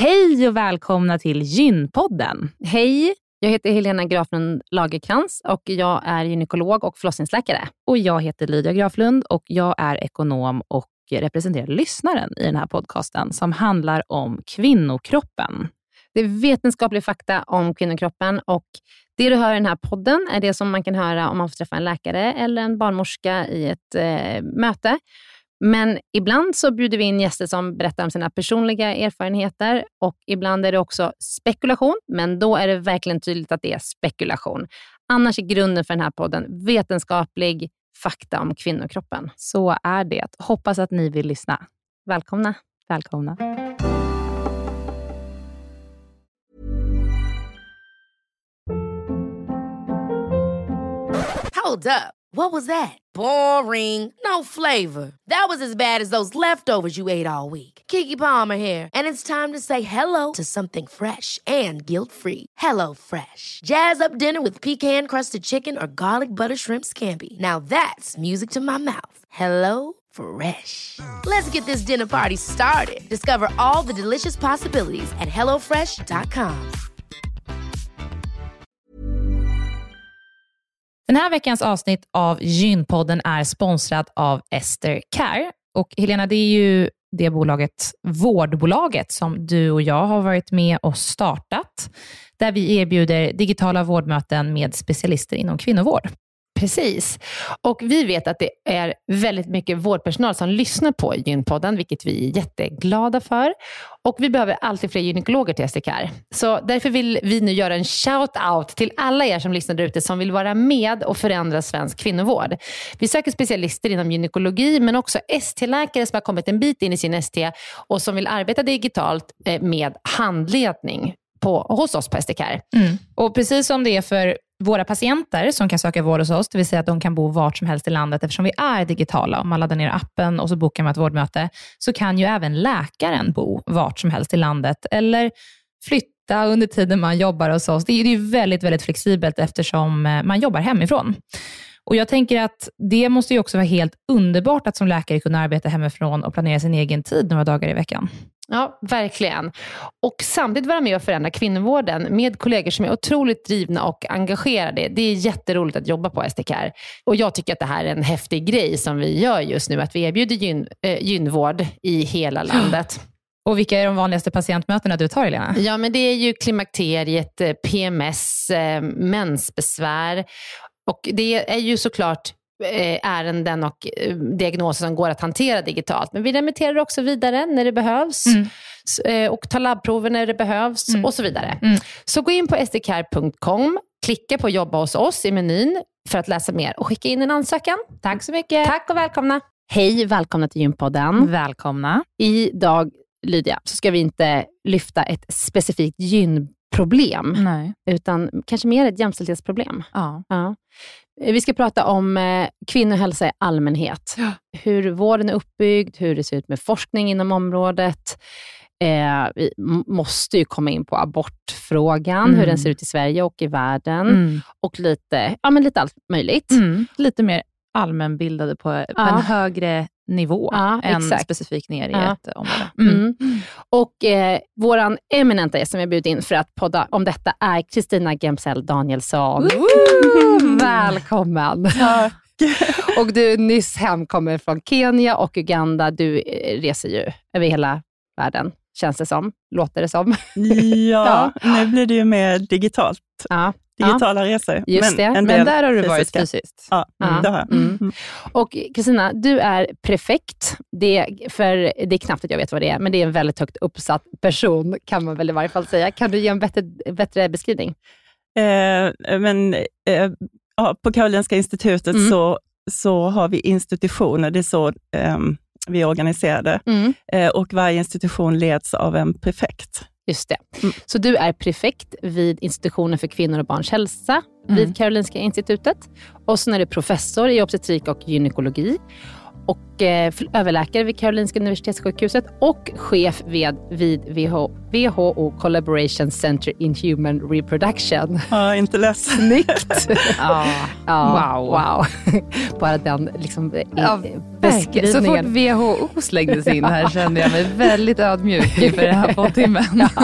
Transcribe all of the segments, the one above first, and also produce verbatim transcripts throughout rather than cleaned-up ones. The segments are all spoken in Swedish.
Hej och välkomna till Gynpodden. Hej, jag heter Helena Graflund Lagerkrans och jag är gynekolog och förlossningsläkare. Och jag heter Lydia Graflund och jag är ekonom och representerar lyssnaren i den här podcasten som handlar om kvinnokroppen. Det är vetenskaplig fakta om kvinnokroppen och det du hör i den här podden är det som man kan höra om man får träffa en läkare eller en barnmorska i ett eh, möte. Men ibland så bjuder vi in gäster som berättar om sina personliga erfarenheter och ibland är det också spekulation, men då är det verkligen tydligt att det är spekulation. Annars är grunden för den här podden vetenskaplig fakta om kvinnokroppen. Så är det. Hoppas att ni vill lyssna. Välkomna. Välkomna. Hold up. What was that? Boring. No flavor. That was as bad as those leftovers you ate all week. Keke Palmer here, and it's time to say hello to something fresh and guilt-free. Hello Fresh. Jazz up dinner with pecan-crusted chicken or garlic butter shrimp scampi. Now that's music to my mouth. Hello Fresh. Let's get this dinner party started. Discover all the delicious possibilities at hello fresh dot com. Den här veckans avsnitt av Gynpodden är sponsrad av Ester Care. Och Helena, det är ju det bolaget, vårdbolaget, som du och jag har varit med och startat. Där vi erbjuder digitala vårdmöten med specialister inom kvinnovård. Precis. Och vi vet att det är väldigt mycket vårdpersonal som lyssnar på Gynpodden, vilket vi är jätteglada för. Och vi behöver alltid fler gynekologer till Ester Care. Så därför vill vi nu göra en shout-out till alla er som lyssnar där ute som vill vara med och förändra svensk kvinnovård. Vi söker specialister inom gynekologi men också S T-läkare som har kommit en bit in i sin S T och som vill arbeta digitalt med handledning på, hos oss på Ester Care. Mm. Och precis som det är för våra patienter som kan söka vård hos oss, det vill säga att de kan bo vart som helst i landet eftersom vi är digitala. Om man laddar ner appen och så bokar man ett vårdmöte så kan ju även läkaren bo vart som helst i landet eller flytta under tiden man jobbar hos oss. Det är ju väldigt, väldigt flexibelt eftersom man jobbar hemifrån. Och jag tänker att det måste ju också vara helt underbart att som läkare kunna arbeta hemifrån och planera sin egen tid några dagar i veckan. Ja, verkligen. Och samtidigt vara med och förändra kvinnovården med kollegor som är otroligt drivna och engagerade. Det är jätteroligt att jobba på Ester Care. Och jag tycker att det här är en häftig grej som vi gör just nu. Att vi erbjuder gyn, äh, gynvård i hela landet. Och vilka är de vanligaste patientmötena du tar, Helena? Ja, men det är ju klimakteriet, P M S, äh, mensbesvär. Och det är ju såklart ärenden och diagnoser som går att hantera digitalt. Men vi remitterar också vidare när det behövs. Mm. Och tar labbprover när det behövs mm. och så vidare. Mm. Så gå in på estecar punkt com, klicka på jobba hos oss i menyn för att läsa mer och skicka in en ansökan. Tack så mycket. Tack och välkomna. Hej, välkomna till Gynpodden. Välkomna. Idag, Lydia, så ska vi inte lyfta ett specifikt gynproblem. Nej. Utan kanske mer ett jämställdhetsproblem. Ja. Ja. Vi ska prata om eh, kvinnohälsa i allmänhet. Ja. Hur vården är uppbyggd, hur det ser ut med forskning inom området. Eh, vi m- måste ju komma in på abortfrågan, mm. hur den ser ut i Sverige och i världen. Mm. Och lite, ja, men lite allt möjligt. Mm. Lite mer allmänbildade på, på ja. en högre nivå ja, än exakt. specifikt ner i ja. ett område. Mm. Mm. Och eh, våran eminenta gäst som jag bjudit in för att podda om detta är Kristina Gemzell Danielsson. Woo! Välkommen! Tack. Och du nyss hemkommer från Kenya och Uganda. Du reser ju över hela världen, känns det som. Låter det som. Ja, ja. Nu blir det ju mer digitalt. Ja. Digitala ja. resor. Just det, men, men där har du fysiska. varit fysiskt. Ja, mm. det har jag. Mm. Mm. Och Kristina, du är prefekt. Det, för det är knappt att jag vet vad det är, men det är en väldigt högt uppsatt person, kan man väl i varje fall säga. Kan du ge en bättre, bättre beskrivning? Eh, men eh, ja, på Karolinska institutet mm. så, så har vi institutioner. Det är så eh, vi är organiserade. Mm. Eh, och varje institution leds av en prefekt. Just det. Mm. Så du är prefekt vid institutionen för kvinnor och barns hälsa mm. vid Karolinska institutet. Och så är du professor i obstetrik och gynekologi. och eh, överläkare vid Karolinska Universitetssjukhuset och chef vid, vid W H O Collaboration Center in Human Reproduction. Ja, inte lätt. Snyggt! Ja. Ja, Wow. wow. Bara den liksom, Ja, beskrivningen. Så fort W H O slängdes in här kände jag mig väldigt ödmjuk inför den här poddtimmen. Ja.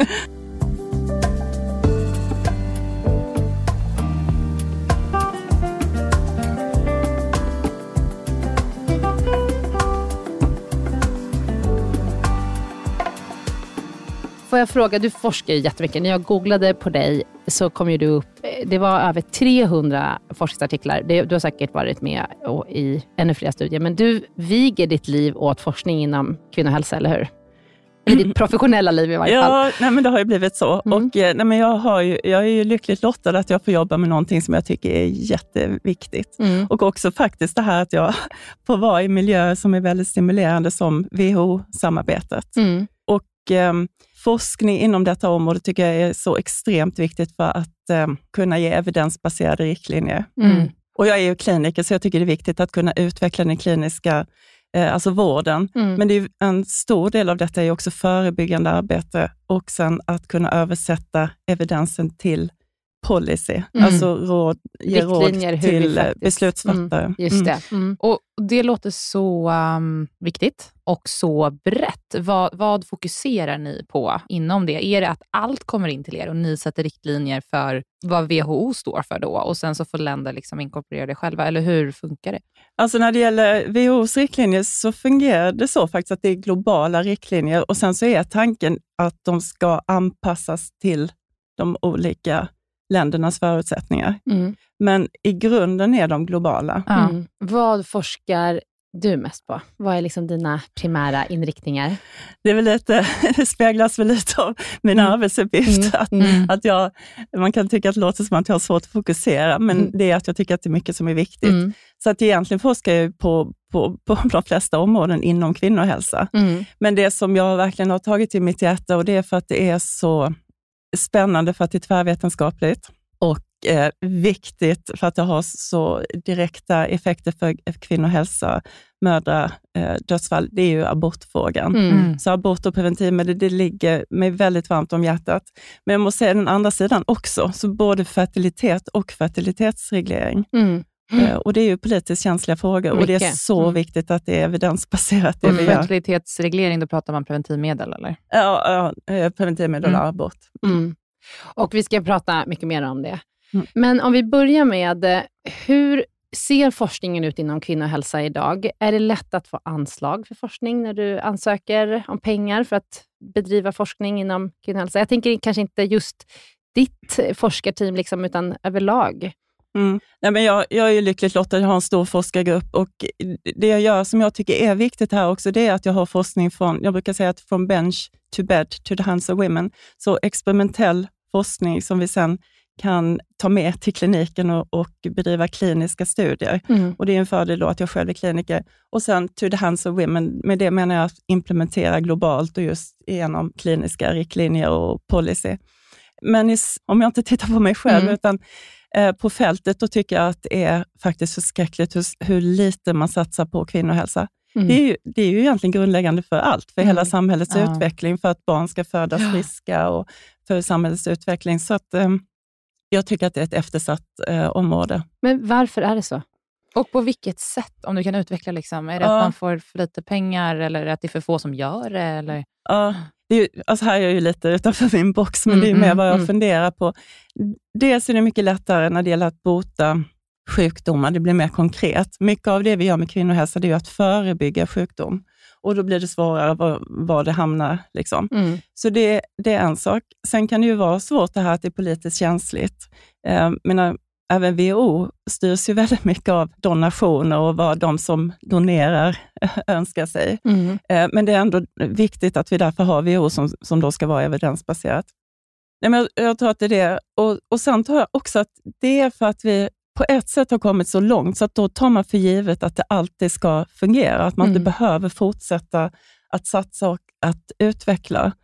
Får jag fråga, du forskar ju jättemycket. När jag googlade på dig så kom ju du upp, det var över trehundra forskningsartiklar. Det, du har säkert varit med i ännu fler studier, men du viger ditt liv åt forskning inom kvinnohälsa, eller hur? I ditt professionella liv i varje fall. Ja, nej, men det har ju blivit så. Mm. Och, nej, men jag, har ju, jag är ju lyckligt lottad att jag får jobba med någonting som jag tycker är jätteviktigt. Mm. Och också faktiskt det här att jag får vara i miljöer som är väldigt stimulerande, som W H O-samarbetet. Mm. Och eh, forskning inom detta område tycker jag är så extremt viktigt för att eh, kunna ge evidensbaserade riktlinjer. Mm. Och jag är ju kliniker, så jag tycker det är viktigt att kunna utveckla den kliniska eh, alltså vården. Mm. Men det är ju, en stor del av detta är också förebyggande arbete och sen att kunna översätta evidensen till policy. Mm. Alltså råd, ge råd Riktlinjer, hur vi till faktiskt- beslutsfattare. Mm, just Mm. det. Mm. Och det låter så um, viktigt och så brett. Vad, vad fokuserar ni på inom det? Är det att allt kommer in till er och ni sätter riktlinjer för vad W H O står för då? Och sen så får länder liksom inkorporera det själva, eller hur funkar det? Alltså när det gäller W H O:s riktlinjer så fungerar det så faktiskt att det är globala riktlinjer och sen så är tanken att de ska anpassas till de olika ländernas förutsättningar. Mm. Men i grunden är de globala. Ja. Mm. Vad forskar du mest på? Vad är liksom dina primära inriktningar? Det är väl lite, det speglas väl lite av min Mm. arbetsuppgift. Mm. Att, Mm. att jag, man kan tycka att det låter som att jag har svårt att fokusera, men Mm. det är att jag tycker att det är mycket som är viktigt. Mm. Så att egentligen forskar jag på, på, på de flesta områden inom kvinnohälsa. Mm. Men det som jag verkligen har tagit till mitt hjärta, och det är för att det är så spännande för att det är tvärvetenskapligt och eh, viktigt för att det har så direkta effekter för kvinnohälsa, mödra, eh, dödsfall, det är ju abortfrågan. Mm. Så abort och preventivmedel, det ligger mig väldigt varmt om hjärtat. Men jag måste säga den andra sidan också, så både fertilitet och fertilitetsreglering. Mm. Eh, och det är ju politiskt känsliga frågor och det är Mycket. så Mm. viktigt att det är evidensbaserat det Och vi gör. fertilitetsreglering, då pratar man preventivmedel, eller? Ja, ja, eh, preventivmedel och Mm. abort. Mm. Och vi ska prata mycket mer om det. Mm. Men om vi börjar med, eh, hur ser forskningen ut inom kvinnohälsa idag? Är det lätt att få anslag för forskning när du ansöker om pengar för att bedriva forskning inom kvinnohälsa? Jag tänker kanske inte just ditt forskarteam, liksom, utan överlag. Mm. Nej, men jag, jag är ju lyckligt lottad, jag har en stor forskargrupp och det jag gör som jag tycker är viktigt här också, det är att jag har forskning från, jag brukar säga att från bench to bed to the hands of women. Så experimentell forskning som vi sen kan ta med till kliniken och, och bedriva kliniska studier. Mm. Och det är en fördel då att jag själv är kliniker. Och sen to the hands of women, med det menar jag att implementera globalt och just genom kliniska riktlinjer och policy. Men i, om jag inte tittar på mig själv, Mm. utan eh, på fältet, då tycker jag att det är faktiskt förskräckligt hur, hur lite man satsar på kvinnohälsa. Mm. Det, är ju, det är ju egentligen grundläggande för allt, för Mm. hela samhällets Ja. utveckling, för att barn ska födas Ja. friska och för samhällets utveckling. Så att, eh, jag tycker att det är ett eftersatt eh, område. Men varför är det så? Och på vilket sätt, om du kan utveckla, liksom, är det Ja. att man får för lite pengar eller att det är för få som gör det? Eller? Ja, det är ju, alltså här är jag ju lite utanför min box, men Mm, det är ju mer mm, vad jag mm. funderar på. Dels är det mycket lättare när det gäller att bota sjukdomar, det blir mer konkret. Mycket av det vi gör med kvinnohälsa, det är ju att förebygga sjukdom. Och då blir det svårare var, var det hamnar. Liksom. Mm. Så det, det är en sak. Sen kan det ju vara svårt det här att det är politiskt känsligt. Eh, men även W H O styrs ju väldigt mycket av donationer och vad de som donerar önskar sig. Mm. Eh, men det är ändå viktigt att vi därför har W H O som, som då ska vara evidensbaserat. Nej, men jag, jag tror att det är det. Och, och sen tror jag också att det är för att vi på ett sätt har kommit så långt så att då tar man för givet att det alltid ska fungera. Att man Mm. inte behöver fortsätta att satsa och att utveckla.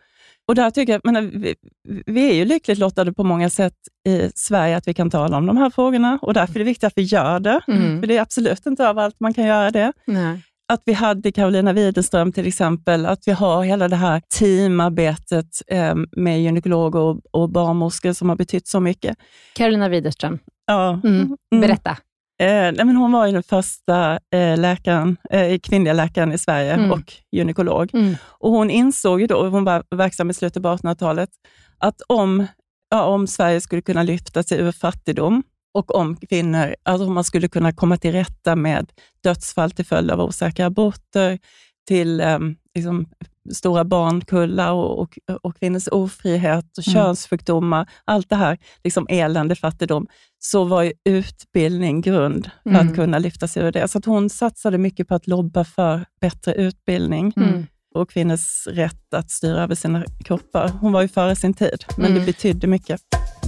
Och där tycker jag, men vi, vi är ju lyckligt lottade på många sätt i Sverige att vi kan tala om de här frågorna. Och därför är det viktigt att vi gör det. Mm. För det är absolut inte överallt man kan göra det. Nej. Att vi hade Karolina Widerström till exempel, att vi har hela det här teamarbetet eh, med gynekologer och, och barnmorskor som har betytt så mycket. Karolina Widerström. Ja. Mm. Berätta. Eh, nej men hon var ju den första eh, läkaren, eh, kvinnliga läkaren i Sverige mm. och gynekolog. Mm. Och hon insåg ju då, hon var verksam i slutet på artonhundratalet, att om, ja, om Sverige skulle kunna lyfta sig ur fattigdom och om kvinnor, alltså om man skulle kunna komma till rätta med dödsfall till följd av osäkra aborter, till eh, liksom, stora barnkullar och, och, och kvinnors ofrihet och mm. könsjukdomar, allt det här, liksom elände, fattigdom, så var ju utbildning grund för mm. att kunna lyfta sig ur det. Så att hon satsade mycket på att lobba för bättre utbildning mm. och kvinnors rätt att styra över sina kroppar. Hon var ju före sin tid, men mm. det betydde mycket.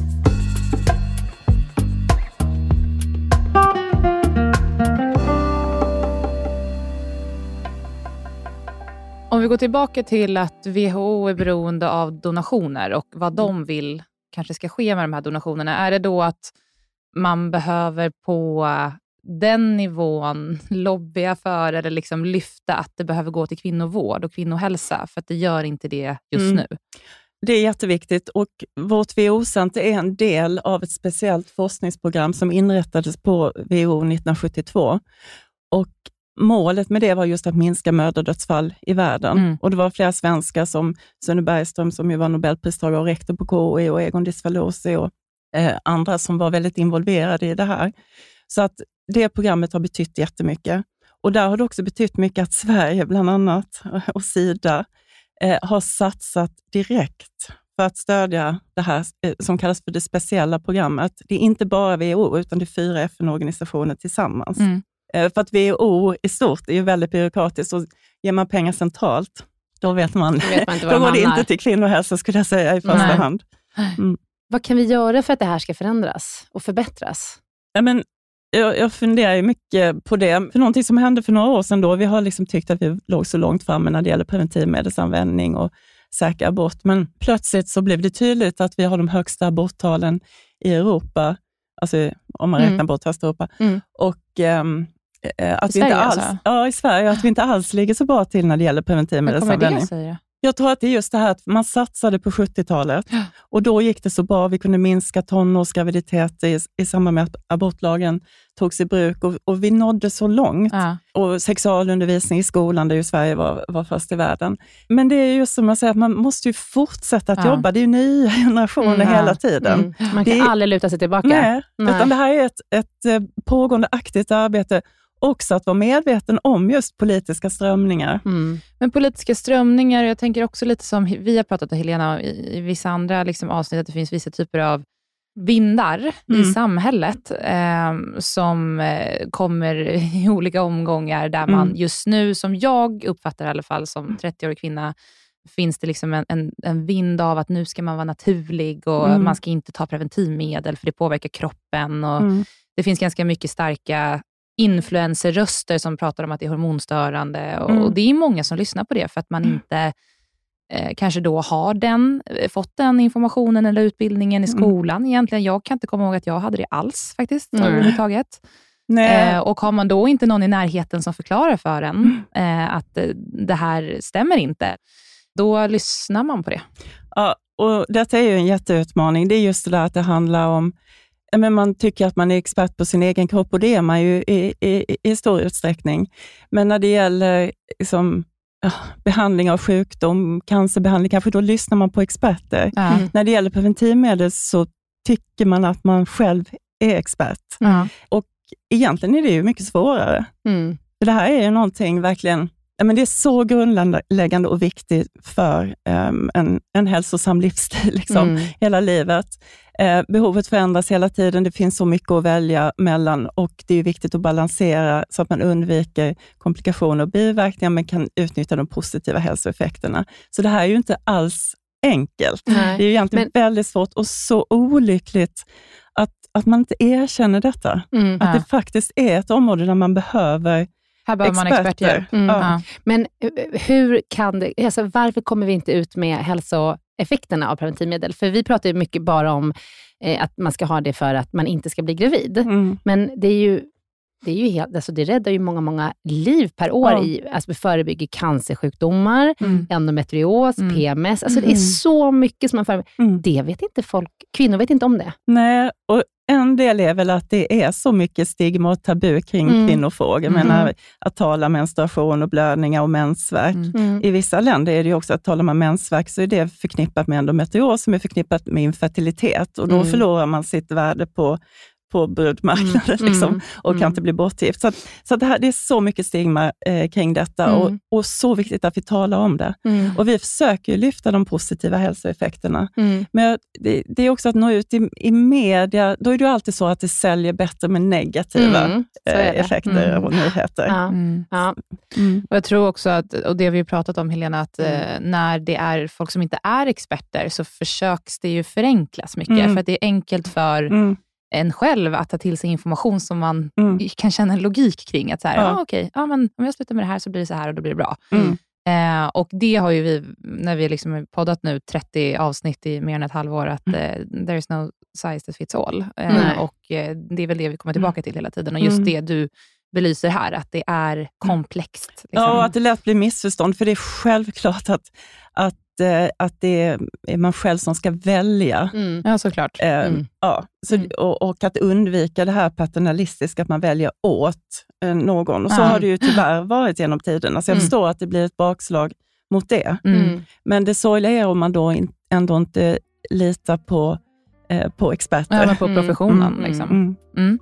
Om vi går tillbaka till att W H O är beroende av donationer och vad de vill kanske ska ske med de här donationerna. Är det då att man behöver på den nivån lobbya för eller liksom lyfta att det behöver gå till kvinnovård och kvinnohälsa? För att det gör inte det just mm. nu. Det är jätteviktigt och vårt W H O-center är en del av ett speciellt forskningsprogram som inrättades på W H O nittonhundrasjuttiotvå. Och målet med det var just att minska mödradödsfall i världen. Mm. Och det var flera svenskar som Sune Bergström som ju var Nobelpristagare och rektor på K I och Egon Disfalosi och eh, andra som var väldigt involverade i det här. Så att det programmet har betytt jättemycket. Och där har det också betytt mycket att Sverige bland annat och Sida eh, har satsat direkt för att stödja det här eh, som kallas för det speciella programmet. Det är inte bara W H O utan det är fyra F N-organisationer tillsammans. Mm. För att W H O i stort är ju väldigt byråkratiskt och ger man pengar centralt, då vet man, då, vet man inte då går det inte till kvinnohälsa skulle jag säga i första Nej. hand. Mm. Vad kan vi göra för att det här ska förändras och förbättras? Ja, men, jag, jag funderar ju mycket på det. För någonting som hände för några år sedan då, vi har liksom tyckt att vi låg så långt framme när det gäller preventivmedelsanvändning och säker abort. Men plötsligt så blev det tydligt att vi har de högsta aborttalen i Europa. Alltså om man räknar mm. bort Östeuropa. Mm. Och um, att vi inte alls, alltså? ja, i Sverige, att vi inte alls ligger så bra till när det gäller preventivmedelsanvändning. Jag tror att det är just det här att man satsade på sjuttiotalet ja. och då gick det så bra. Vi kunde minska tonårsgraviditet i, i samband med att abortlagen togs i bruk och, och vi nådde så långt. Ja. Och sexualundervisning i skolan där ju Sverige var, var först i världen. Men det är just som jag säger, att man måste ju fortsätta att ja. jobba. Det är ju nya generationer mm, ja. hela tiden. Mm. Man kan det, aldrig luta sig tillbaka. Nej, nej. Utan det här är ett, ett pågående aktivt arbete. Också att vara medveten om just politiska strömningar. Mm. Men politiska strömningar, jag tänker också lite som vi har pratat om Helena i, i vissa andra liksom, avsnitt, att det finns vissa typer av vindar mm. i samhället eh, som eh, kommer i olika omgångar där man mm. just nu, som jag uppfattar i alla fall som trettioårig kvinna, finns det liksom en, en, en vind av att nu ska man vara naturlig och mm. man ska inte ta preventivmedel för det påverkar kroppen och mm. det finns ganska mycket starka influencerröster som pratar om att det är hormonstörande och, mm. och det är många som lyssnar på det för att man inte eh, kanske då har den, fått den informationen eller utbildningen i skolan. Mm. Egentligen, jag kan inte komma ihåg att jag hade det alls faktiskt mm. överhuvudtaget. Eh, och har man då inte någon i närheten som förklarar för en eh, att eh, det här stämmer inte, då lyssnar man på det. Ja, och detta är ju en jätteutmaning. Det är just det där att det handlar om men man tycker att man är expert på sin egen kropp och det är man ju i, i, i stor utsträckning. Men när det gäller liksom, ja, behandling av sjukdom, cancerbehandling, kanske då lyssnar man på experter. Mm. När det gäller preventivmedel så tycker man att man själv är expert. Mm. Och egentligen är det ju mycket svårare. Mm. För det här är ju någonting verkligen, ja, men det är så grundläggande och viktigt för um, en, en hälsosam livsstil liksom, mm. hela livet. Eh, behovet förändras hela tiden, det finns så mycket att välja mellan och det är viktigt att balansera så att man undviker komplikationer och biverkningar men kan utnyttja de positiva hälsoeffekterna. Så det här är ju inte alls enkelt. Nej. Det är ju egentligen men... väldigt svårt och så olyckligt att, att man inte erkänner detta. Mm, att ja. det faktiskt är ett område där man behöver Här behöver man experthjälp. Mm, ja. Ja. Men hur kan det, alltså varför kommer vi inte ut med hälso effekterna av preventivmedel. För vi pratar ju mycket bara om eh, att man ska ha det för att man inte ska bli gravid. Mm. Men det är ju Det är ju helt, alltså det räddar ju många, många liv per år. Ja. I, alltså vi förebygger cancersjukdomar, mm. endometrios, mm. P M S. Alltså mm. det är så mycket som man förebygger. Mm. Det vet inte folk, kvinnor vet inte om det. Nej, och en del är väl att det är så mycket stigma och tabu kring mm. kvinnofrågor. Mm. Jag menar, att tala menstruation och blödningar och mensvärk. Mm. I vissa länder är det ju också att tala med mensvärk så är det förknippat med endometrios som är förknippat med infertilitet. Och då mm. förlorar man sitt värde på på brudmarknaden mm, liksom, och mm. kan inte bli bortgift. Så, att, så att det, här, det är så mycket stigma eh, kring detta mm. och, och så viktigt att vi talar om det. Mm. Och vi försöker ju lyfta de positiva hälsoeffekterna. Mm. Men det, det är också att nå ut i, i media, då är det ju alltid så att det säljer bättre med negativa mm. eh, effekter mm. och nyheter. Ja. Mm. Ja. Mm. Och jag tror också att, och det vi har pratat om Helena, att mm. eh, när det är folk som inte är experter så försöks det ju förenklas mycket. Mm. För att det är enkelt för mm. en själv att ta till sig information som man mm. kan känna en logik kring. Att så här, ja. ah, okej, ja, men om jag slutar med det här så blir det så här och då blir det bra. Mm. Eh, och det har ju vi, när vi liksom har poddat nu trettio avsnitt i mer än ett halvår, att mm. eh, there is no size that fits all. Eh, och eh, det är väl det vi kommer tillbaka till hela tiden. Och just mm. det du belyser här, att det är komplext. Liksom. Ja, och att det lätt blir missförstånd. För det är självklart att, att att det är man själv som ska välja. Mm. Ja, såklart. Mm. Ja, så, mm. och, och att undvika det här paternalistiska, att man väljer åt eh, någon. Och så mm. har det ju tyvärr varit genom tiden. Alltså jag mm. förstår att det blir ett bakslag mot det. Mm. Men det sorgliga är om man då in, ändå inte litar på, eh, på experter. Ja, men på professionen. Mm. Liksom. Mm. Mm.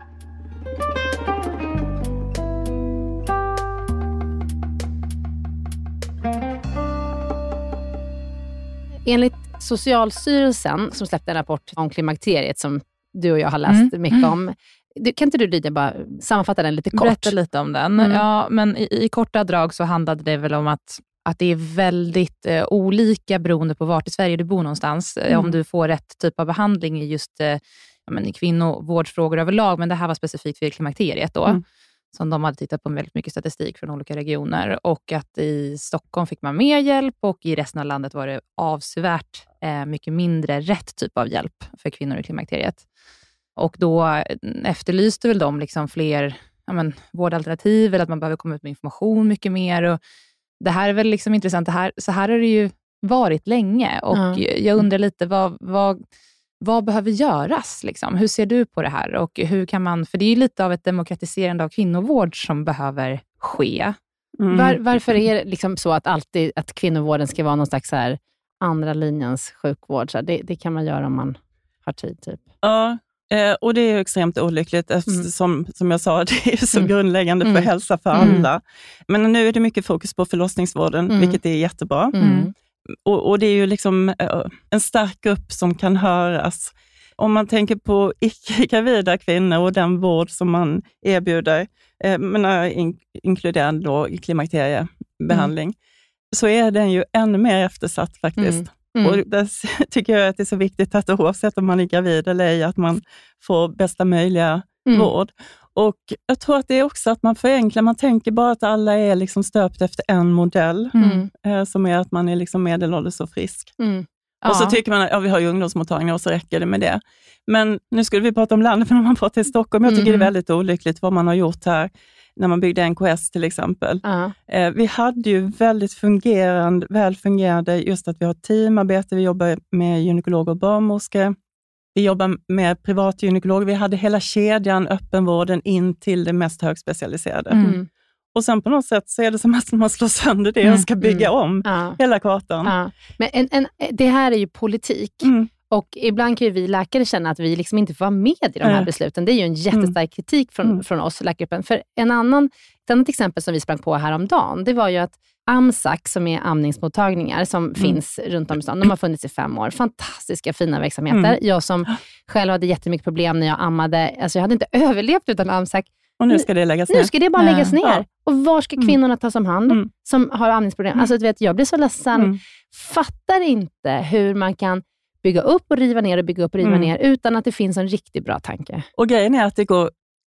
Enligt Socialstyrelsen, som släppte en rapport om klimakteriet som du och jag har läst mm. mycket om. Du, kan inte du Lydia bara sammanfatta den lite kort? Berätta lite om den. Mm. Ja, men i, i korta drag så handlade det väl om att, att det är väldigt eh, olika beroende på vart i Sverige du bor någonstans. Mm. Om du får rätt typ av behandling i just eh, ja, men i kvinnovårdsfrågor överlag. Men det här var specifikt för klimakteriet då. Mm. Som de hade tittat på väldigt mycket statistik från olika regioner. Och att i Stockholm fick man mer hjälp och i resten av landet var det avsevärt eh, mycket mindre rätt typ av hjälp för kvinnor i klimakteriet. Och då efterlyste väl de liksom fler ja, men, vårdalternativ eller att man behöver komma ut med information mycket mer. Och det här är väl liksom intressant. Det här, så här har det ju varit länge. Och mm. jag undrar lite vad... vad Vad behöver göras? Liksom? Hur ser du på det här? Och hur kan man, för det är ju lite av ett demokratiserande av kvinnovård som behöver ske. Mm. Var, varför är det liksom så att, alltid, att kvinnovården ska vara någon slags så här andra linjens sjukvård? Så det, det kan man göra om man har tid. Typ. Ja, och det är ju extremt olyckligt eftersom, mm. som jag sa, det är så mm. grundläggande för mm. hälsa för alla. Mm. Men nu är det mycket fokus på förlossningsvården, mm. vilket är jättebra. Mm. Och, och det är ju liksom uh, en stark grupp som kan höras. Om man tänker på icke-gravida kvinnor och den vård som man erbjuder, eh, menar, in, inkluderande då i klimakteriebehandling, mm. så är den ju ännu mer eftersatt faktiskt. Mm. Mm. Och där tycker jag att det är så viktigt att oavsett om man är gravid eller ej, att man får bästa möjliga mm. vård. Och jag tror att det är också att man förenklar, man tänker bara att alla är liksom stöpt efter en modell, mm. eh, som är att man är liksom medelålders och frisk. Mm. Ja. Och så tycker man att ja, vi har ju ungdomsmottagningar och så räcker det med det. Men nu skulle vi prata om landet, för när man pratar i Stockholm, jag tycker mm. det är väldigt olyckligt vad man har gjort här, när man byggde N K S till exempel. Ja. Eh, vi hade ju väldigt fungerande, välfungerande, just att vi har teamarbete, vi jobbar med gynekologer och barnmorskor. Vi jobbar med privatgynekologer. Vi hade hela kedjan, öppenvården, in till det mest högspecialiserade. Mm. Och sen på något sätt så är det som att man slår sönder det och ska bygga mm. om ja. hela kartan. Ja. Men en, en, det här är ju politik. Mm. Och ibland kan ju vi läkare känna att vi liksom inte får vara med i de här mm. besluten. Det är ju en jättestark kritik från, mm. från oss, läkargruppen. För en annan, ett annat exempel som vi sprang på häromdagen, det var ju att AMSAC, som är amningsmottagningar som mm. finns runt om i stan, de har funnits i fem år. Fantastiska, fina verksamheter. Mm. Jag som själv hade jättemycket problem när jag ammade, alltså jag hade inte överlevt utan AMSAC. Och nu ska det läggas ner. Nu ska det bara läggas ner. Ja. Och var ska kvinnorna tas om hand mm. som har amningsproblem? Alltså du vet, jag blir så ledsen. Mm. Fattar inte hur man kan bygga upp och riva ner och bygga upp och riva mm. ner utan att det finns en riktigt bra tanke. Och grejen är att det går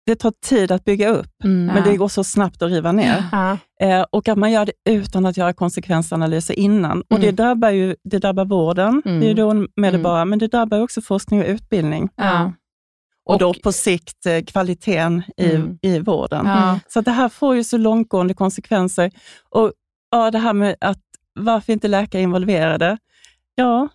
det tar tid att bygga upp, Mm. men det går så snabbt att riva ner. Ja. Eh, och att man gör det utan att göra konsekvensanalyser innan. Mm. Och det drabbar ju det drabbar vården, Mm. det är ju då med det Mm. bara, men det drabbar också forskning och utbildning. Ja. Och, Och- då på sikt eh, kvaliteten i, Mm. i vården. Ja. Så att det här får ju så långtgående konsekvenser. Och ja, det här med att varför inte läkare involverade? Ja,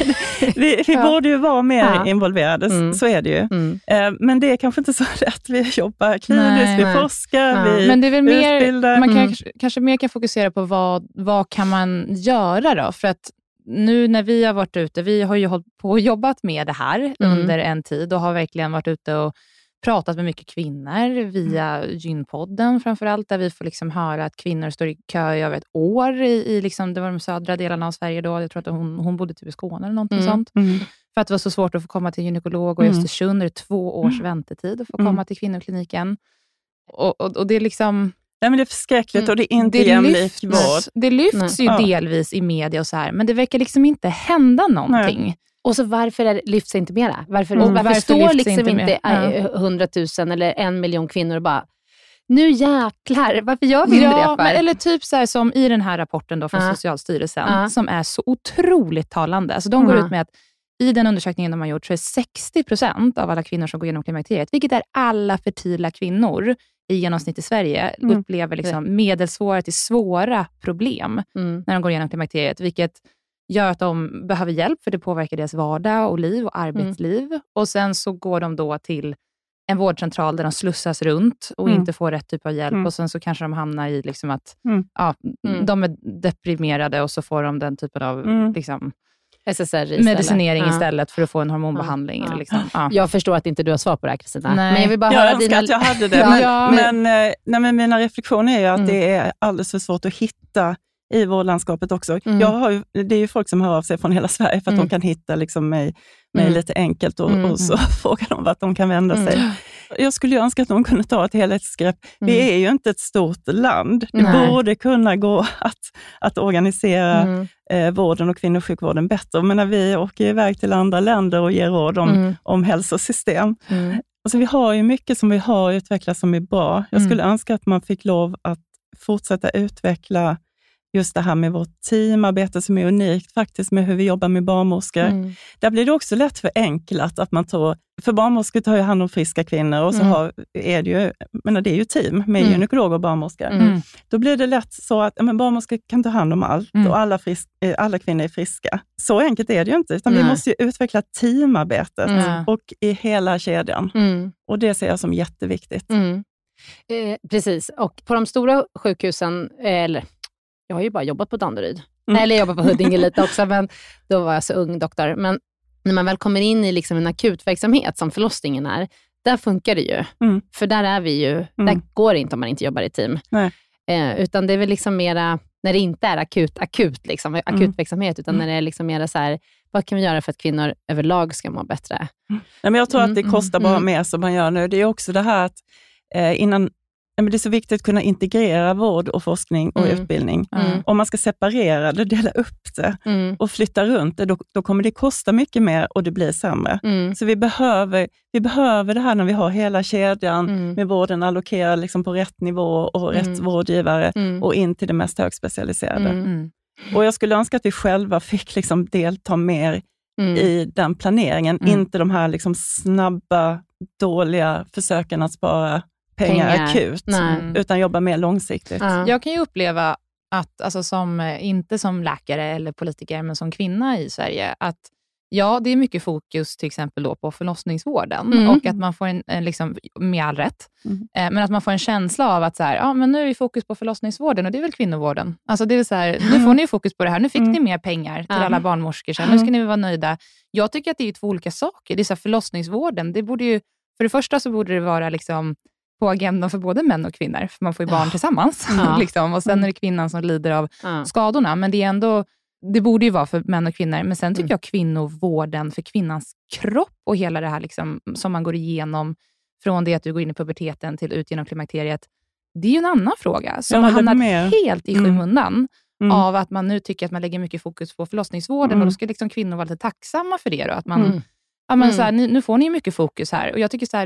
vi, vi Ja. borde ju vara mer Ja. involverade, Mm. så är det ju. Mm. Eh, men det är kanske inte så lätt. Vi jobbar kliniskt, Nej, vi nej. forskar, Ja. vi Men det är väl mer, utbildar. man kan, Mm. kanske, kanske mer kan fokusera på vad, vad kan man göra då? För att nu när vi har varit ute, vi har ju hållit på och jobbat med det här Mm. under en tid och har verkligen varit ute och pratat med mycket kvinnor via Gynpodden framförallt, där vi får liksom höra att kvinnor står i kö i över ett år i, i liksom, det var de södra delarna av Sverige då. Jag tror att hon, hon bodde typ i Skåne eller någonting Mm. sånt. Mm. För att det var så svårt att få komma till gynekolog, och i Mm. Östersund är det två års väntetid att få komma Mm. till kvinnokliniken. Och, och, och det är liksom... Nej, men det är förskräckligt Mm. och det är inte Det jämlik lyfts, vård. det lyfts ju Ja. delvis i media och så här, men det verkar liksom inte hända någonting. Och så varför är, lyfts det inte mera? Varför, Mm. varför, Varför står lyfts liksom inte inte mer? eh, hundratusen eller en miljon kvinnor och bara, nu jäklar, varför gör vi inte Ja, det för? men, eller typ så här som i den här rapporten då från Ja. Socialstyrelsen, Ja. som är så otroligt talande. Alltså de går Ja. ut med att i den undersökningen de har gjort så är sextio procent av alla kvinnor som går igenom klimakteriet, vilket är alla fertila kvinnor i genomsnitt i Sverige, Mm. upplever liksom medelsvåra till svåra problem Mm. när de går igenom klimakteriet, vilket gör att de behöver hjälp, för det påverkar deras vardag och liv och arbetsliv. Mm. Och sen så går de då till en vårdcentral där de slussas runt och Mm. inte får rätt typ av hjälp. Mm. Och sen så kanske de hamnar i liksom att Mm. ja, Mm. de är deprimerade, och så får de den typen av Mm. liksom, S S R istället. medicinering Ja. istället för att få en hormonbehandling. Ja. Eller liksom, ja. Jag förstår att inte du har svar på det här, Kristina. Nej. Men jag vill bara Jag höra önskar dina... att jag hade det, Ja. men, Ja. men, eh, nej, men mina reflektioner är ju att Mm. det är alldeles för svårt att hitta i vårdlandskapet också. Mm. Jag har ju, det är ju folk som hör av sig från hela Sverige för att Mm. de kan hitta liksom mig, mig Mm. lite enkelt och, Mm. och så frågar de vart de kan vända sig. Mm. Jag skulle ju önska att de kunde ta ett helhetsgrepp. Mm. Vi är ju inte ett stort land. Det Nej. borde kunna gå att, att organisera Mm. eh, vården och kvinnosjukvården bättre. Men när vi åker iväg till andra länder och ger råd om, Mm. om hälsosystem. Mm. Alltså vi har ju mycket som vi har utvecklat som är bra. Jag skulle önska att man fick lov att fortsätta utveckla just det här med vårt teamarbete som är unikt faktiskt, med hur vi jobbar med barnmorskor. Mm. Där blir det också lätt förenklat att man tar, för barnmorskor tar ju hand om friska kvinnor och så Mm. har, är det ju, menar det är ju team med Mm. gynekologer och barnmorskor. Mm. Då blir det lätt så att ja, men barnmorskor kan ta hand om allt Mm. och alla, frisk, eh, alla kvinnor är friska. Så enkelt är det ju inte, utan Nej. vi måste ju utveckla teamarbetet Mm. och i hela kedjan. Mm. Och det ser jag som jätteviktigt. Mm. Eh, precis, och på de stora sjukhusen, eller jag har ju bara jobbat på Danderyd, Mm. eller jag jobbar på Huddinge lite också, men då var jag så ung doktor. Men när man väl kommer in i liksom en akutverksamhet som förlossningen är, där funkar det ju. Mm. För där är vi ju, där går det inte om man inte jobbar i team. Nej. Eh, utan det är väl liksom mera, när det inte är akut, akut liksom, akutverksamhet, utan Mm. när det är liksom mera så här, vad kan vi göra för att kvinnor överlag ska må bättre? Nej, men jag tror Mm, att det mm, kostar bara mm. mer som man gör nu. Det är också det här att eh, innan, ja, men det är så viktigt att kunna integrera vård och forskning och Mm. utbildning. Mm. Om man ska separera det, dela upp det Mm. och flytta runt det, då, då kommer det kosta mycket mer och det blir sämre. Mm. Så vi behöver, vi behöver det här när vi har hela kedjan Mm. med vården allokerad liksom på rätt nivå och rätt Mm. vårdgivare Mm. och in till det mest högspecialiserade. Mm. Mm. Och jag skulle önska att vi själva fick liksom delta mer Mm. i den planeringen. Mm. Inte de här liksom snabba, dåliga försöken att spara pengar, Pengar. akut, Nej. Mm. utan jobba mer långsiktigt. Ja. Jag kan ju uppleva att, alltså som, eh, inte som läkare eller politiker, men som kvinna i Sverige, att ja, det är mycket fokus till exempel då på förlossningsvården, Mm. och att man får en, en liksom, med all rätt, Mm. eh, men att man får en känsla av att så här, ja, men nu är vi fokus på förlossningsvården och det är väl kvinnovården. Alltså det är så här, nu får ni fokus på det här, nu fick Mm. ni mer pengar till Ja. alla barnmorskor, så här, nu ska ni vara nöjda. Jag tycker att det är två olika saker. Det är så här, förlossningsvården, det borde ju, för det första så borde det vara liksom på agendan för både män och kvinnor, för man får ju barn Ja. tillsammans. Ja. liksom. Och sen är det kvinnan som lider av Ja. skadorna, men det är ändå, det borde ju vara för män och kvinnor. Men sen tycker Mm. jag kvinnovården för kvinnans kropp och hela det här liksom, som man går igenom från det att du går in i puberteten till ut genom klimakteriet, det är ju en annan fråga som Jag har håller hamnat med. helt i Mm. skymundan Mm. av att man nu tycker att man lägger mycket fokus på förlossningsvården, Mm. och då ska liksom kvinnor vara lite tacksamma för det. Då, att man, Mm. ja, men Mm. så här, nu, nu får ni ju mycket fokus här. Och jag tycker så här,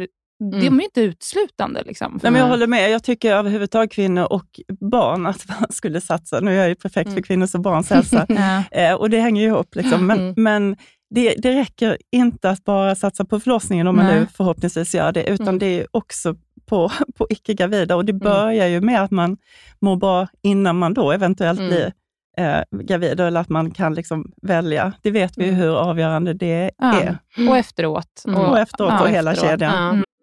mm. de är ju inte uteslutande. Liksom. Nej, men jag håller med. Jag tycker överhuvudtaget kvinnor och barn att man skulle satsa. Nu är jag ju perfekt mm. för kvinnors och barns hälsa. eh, och det hänger ju ihop. Liksom. Men, mm. men det, det räcker inte att bara satsa på förlossningen om man Nej. nu förhoppningsvis gör det. Utan mm. det är också på, på icke-gravida. Och det börjar mm. ju med att man mår bra innan man då eventuellt mm. blir eh, gravid. Eller att man kan liksom välja. Det vet vi ju hur avgörande det ja. är. Mm. Och efteråt. Och, och efteråt ja, och hela efteråt. kedjan. Ja. Mm.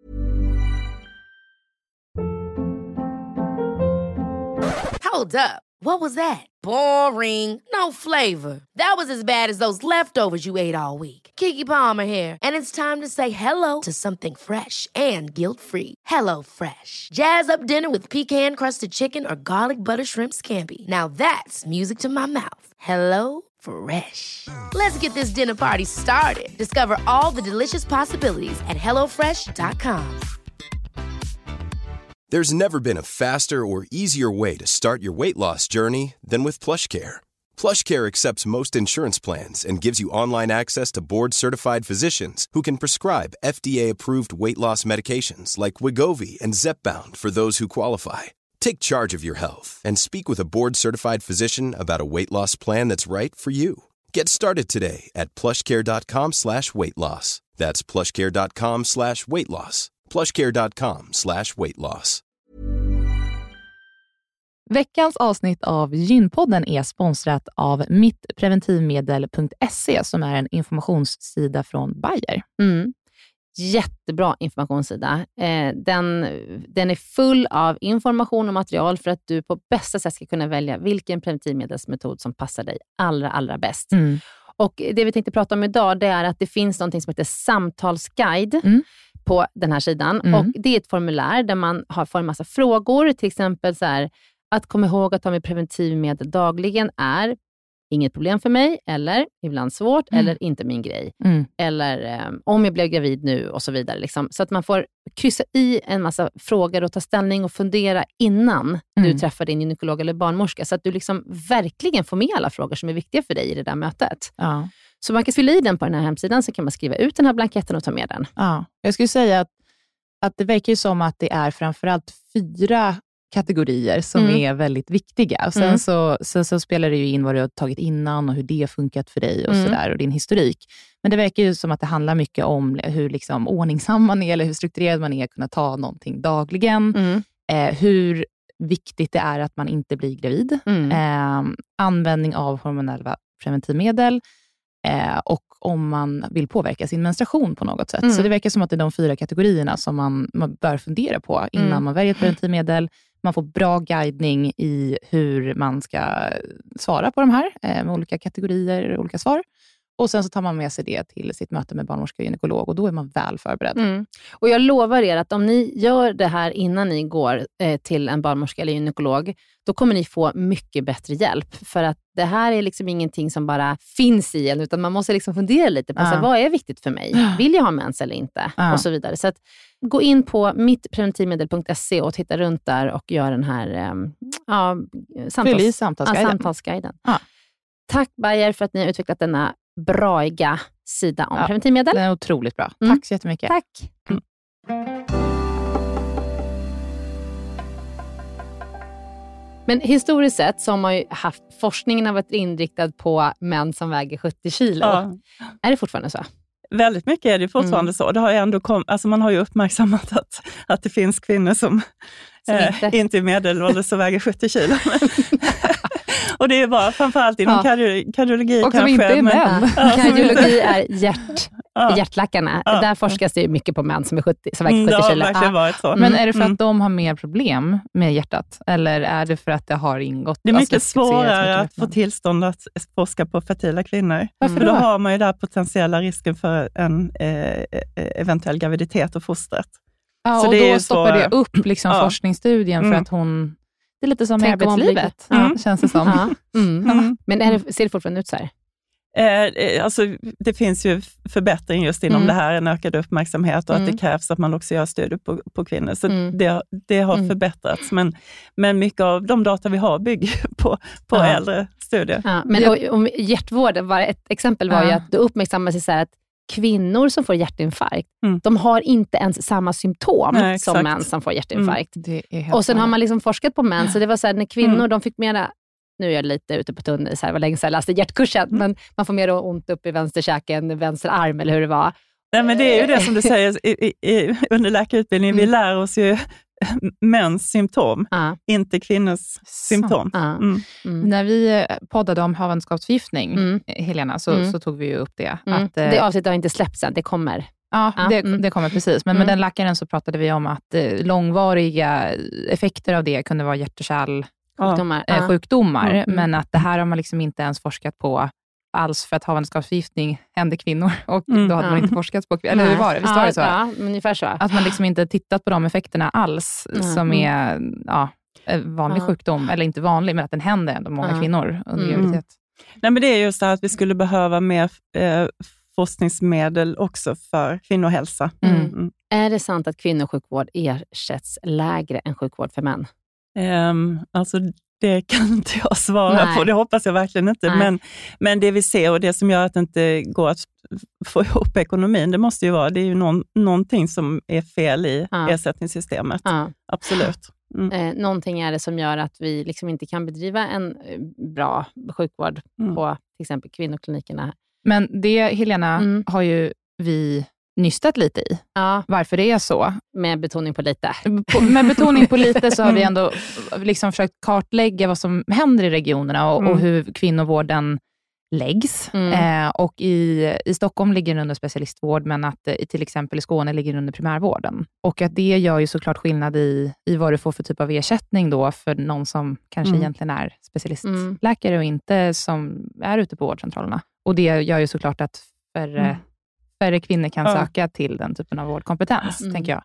Hold up. What was that? Boring. No flavor. That was as bad as those leftovers you ate all week. Keke Palmer here, and it's time to say hello to something fresh and guilt-free. Hello Fresh. Jazz up dinner with pecan-crusted chicken or garlic butter shrimp scampi. Now that's music to my mouth. Hello Fresh. Let's get this dinner party started. Discover all the delicious possibilities at hello fresh dot com. There's never been a faster or easier way to start your weight loss journey than with PlushCare. PlushCare accepts most insurance plans and gives you online access to board-certified physicians who can prescribe F D A-approved weight loss medications like Wegovy and Zepbound for those who qualify. Take charge of your health and speak with a board-certified physician about a weight loss plan that's right for you. Get started today at plushcare.com slash weight loss. That's plushcare.com slash weight loss. plushcare.com slash weight loss. Veckans avsnitt av Gynpodden är sponsrat av mittpreventivmedel punkt se som är en informationssida från Bayer. Mm. Jättebra informationssida. Eh, den, den är full av information och material för att du på bästa sätt ska kunna välja vilken preventivmedelsmetod som passar dig allra, allra bäst. Mm. Och det vi tänkte prata om idag, det är att det finns något som heter samtalsguide mm. på den här sidan. Mm. Och det är ett formulär där man har får en massa frågor. Till exempel så här, att komma ihåg att ta med preventivmedel dagligen är inget problem för mig, eller ibland svårt, mm. eller inte min grej. Mm. Eller eh, om jag blev gravid nu och så vidare. Liksom. Så att man får kryssa i en massa frågor och ta ställning och fundera innan mm. du träffar din gynekolog eller barnmorska. Så att du liksom verkligen får med alla frågor som är viktiga för dig i det där mötet. Ja. Så man kan fylla i den på den här hemsidan, så kan man skriva ut den här blanketten och ta med den. Ja. Jag skulle säga att, att det verkar ju som att det är framförallt fyra kategorier som mm. är väldigt viktiga. Och sen, mm. så, sen så spelar det ju in vad du har tagit innan och hur det har funkat för dig och mm. sådär, och din historik. Men det verkar ju som att det handlar mycket om hur liksom ordningsam man är eller hur strukturerad man är att kunna ta någonting dagligen. Mm. Eh, hur viktigt det är att man inte blir gravid. Mm. Eh, användning av hormonella preventivmedel. Eh, och om man vill påverka sin menstruation på något sätt. Mm. Så det verkar som att det är de fyra kategorierna som man, man bör fundera på innan mm. man väljer ett preventivmedel. Man får bra guidning i hur man ska svara på de här eh, med olika kategorier, olika svar. Och sen så tar man med sig det till sitt möte med barnmorska och gynekolog, och då är man väl förberedd. Mm. Och jag lovar er att om ni gör det här innan ni går eh, till en barnmorska eller gynekolog, då kommer ni få mycket bättre hjälp. För att det här är liksom ingenting som bara finns i en, utan man måste liksom fundera lite på ja. så här, vad är viktigt för mig? Vill jag ha mens eller inte? Ja. Och så vidare. Så att gå in på mittpreventivmedel punkt se och titta runt där och gör den här eh, ja, samtals- samtalsguiden. Ja, samtalsguiden. Ja. Tack Bayer för att ni har utvecklat denna braiga sida om ja, preventivmedel. Den är otroligt bra. Mm. Tack så jättemycket. Tack. Mm. Men historiskt sett så har man ju haft, forskningen har varit inriktad på män som väger sjuttio kilo. Ja. Är det fortfarande så? Väldigt mycket är det fortfarande mm. så. Det har ändå kom, alltså man har ju uppmärksammat att, att det finns kvinnor som, som eh, inte. inte är medelålders som väger sjuttio kilo. Och det är bara framförallt inom ja. kardi- kardiologi och kanske. Inte är män. Ja, kardiologi är hjärt, ja. hjärtläkarna. Ja. Där forskas det mycket på män som är sjuttio, som väger sjuttio kilo. Ja, varit så. Men är det för att mm. de har mer problem med hjärtat? Eller är det för att det har ingått? Det är mycket alltså, svårare att få tillstånd att forska på fertila kvinnor. Varför mm. då? Då har man ju där potentiella risken för en eh, eventuell graviditet och fostret. Ja, så och det då stoppar det upp liksom ja. forskningsstudien mm. för att hon... Det är lite som i arbetslivet, blir... mm. känns det som. Ja. Mm. Mm. Men är det, ser det fortfarande ut så här? Eh, alltså, det finns ju förbättring just inom mm. det här, en ökad uppmärksamhet och mm. att det krävs att man också gör studier på, på kvinnor. Så mm. det, det har mm. förbättrats. Men, men mycket av de data vi har bygger på, på ja. äldre studier. Ja. Men och, och hjärtvård, var ett exempel var ja. ju att du uppmärksammar sig så här att kvinnor som får hjärtinfarkt, mm. de har inte ens samma symptom Nej, som män som får hjärtinfarkt. Mm. Det är helt och sen har man liksom forskat på män, så det var så här, när kvinnor, mm. de fick mera, nu är jag lite ute på tunnel, så här, var länge sedan jag läste hjärtkursen, mm. men man får mer ont upp i vänster käken, vänster arm, eller hur det var. Nej, men det är ju det som du säger i, i, i, under läkarutbildningen, mm. vi lär oss ju mäns symptom, uh. inte kvinnors symptom. Uh. Mm. Mm. När vi poddade om havandeskapsförgiftning, mm. Helena, så, mm. så tog vi ju upp det. Mm. Att, det avsnittet har inte släppts än, det kommer. Ja, uh. det, mm. det kommer precis. Men mm. med den läkaren så pratade vi om att eh, långvariga effekter av det kunde vara hjärt- och kärlsjukdomar, uh. äh, sjukdomar, mm. men att det här har man liksom inte ens forskat på alls, för att havandeskapsförgiftning händer kvinnor, och mm, då hade ja. man inte forskat på kvinnor. Eller hur var det? Visst var det så? Ja, ungefär så. Att man liksom inte tittat på de effekterna alls, mm. som är ja, vanlig ja. sjukdom, eller inte vanlig, men att den händer ändå många ja. kvinnor under mm. graviditet. Nej, men det är just det här att vi skulle behöva mer eh, forskningsmedel också för kvinnohälsa. Mm. Mm. Är det sant att kvinnosjukvård ersätts lägre än sjukvård för män? Um, alltså det kan inte jag svara Nej. på, det hoppas jag verkligen inte. Men, men det vi ser, och det som gör att det inte går att få ihop ekonomin, det måste ju vara, det är ju någon, någonting som är fel i ja. ersättningssystemet. Ja. Absolut. Mm. Eh, någonting är det som gör att vi liksom inte kan bedriva en bra sjukvård mm. på till exempel kvinnoklinikerna. Men det, Helena, mm. har ju vi nystat lite i. Ja. Varför det är så. Med betoning på lite. På, med betoning på lite så har vi ändå liksom försökt kartlägga vad som händer i regionerna och, mm. och hur kvinnovården läggs. Mm. Eh, och i, i Stockholm ligger den under specialistvård, men att eh, till exempel i Skåne ligger den under primärvården. Och att det gör ju såklart skillnad i, i vad du får för typ av ersättning då för någon som kanske mm. egentligen är specialistläkare mm. och inte som är ute på vårdcentralerna. Och det gör ju såklart att för mm. färre kvinnor kan ja. söka till den typen av vårdkompetens, mm. tänker jag.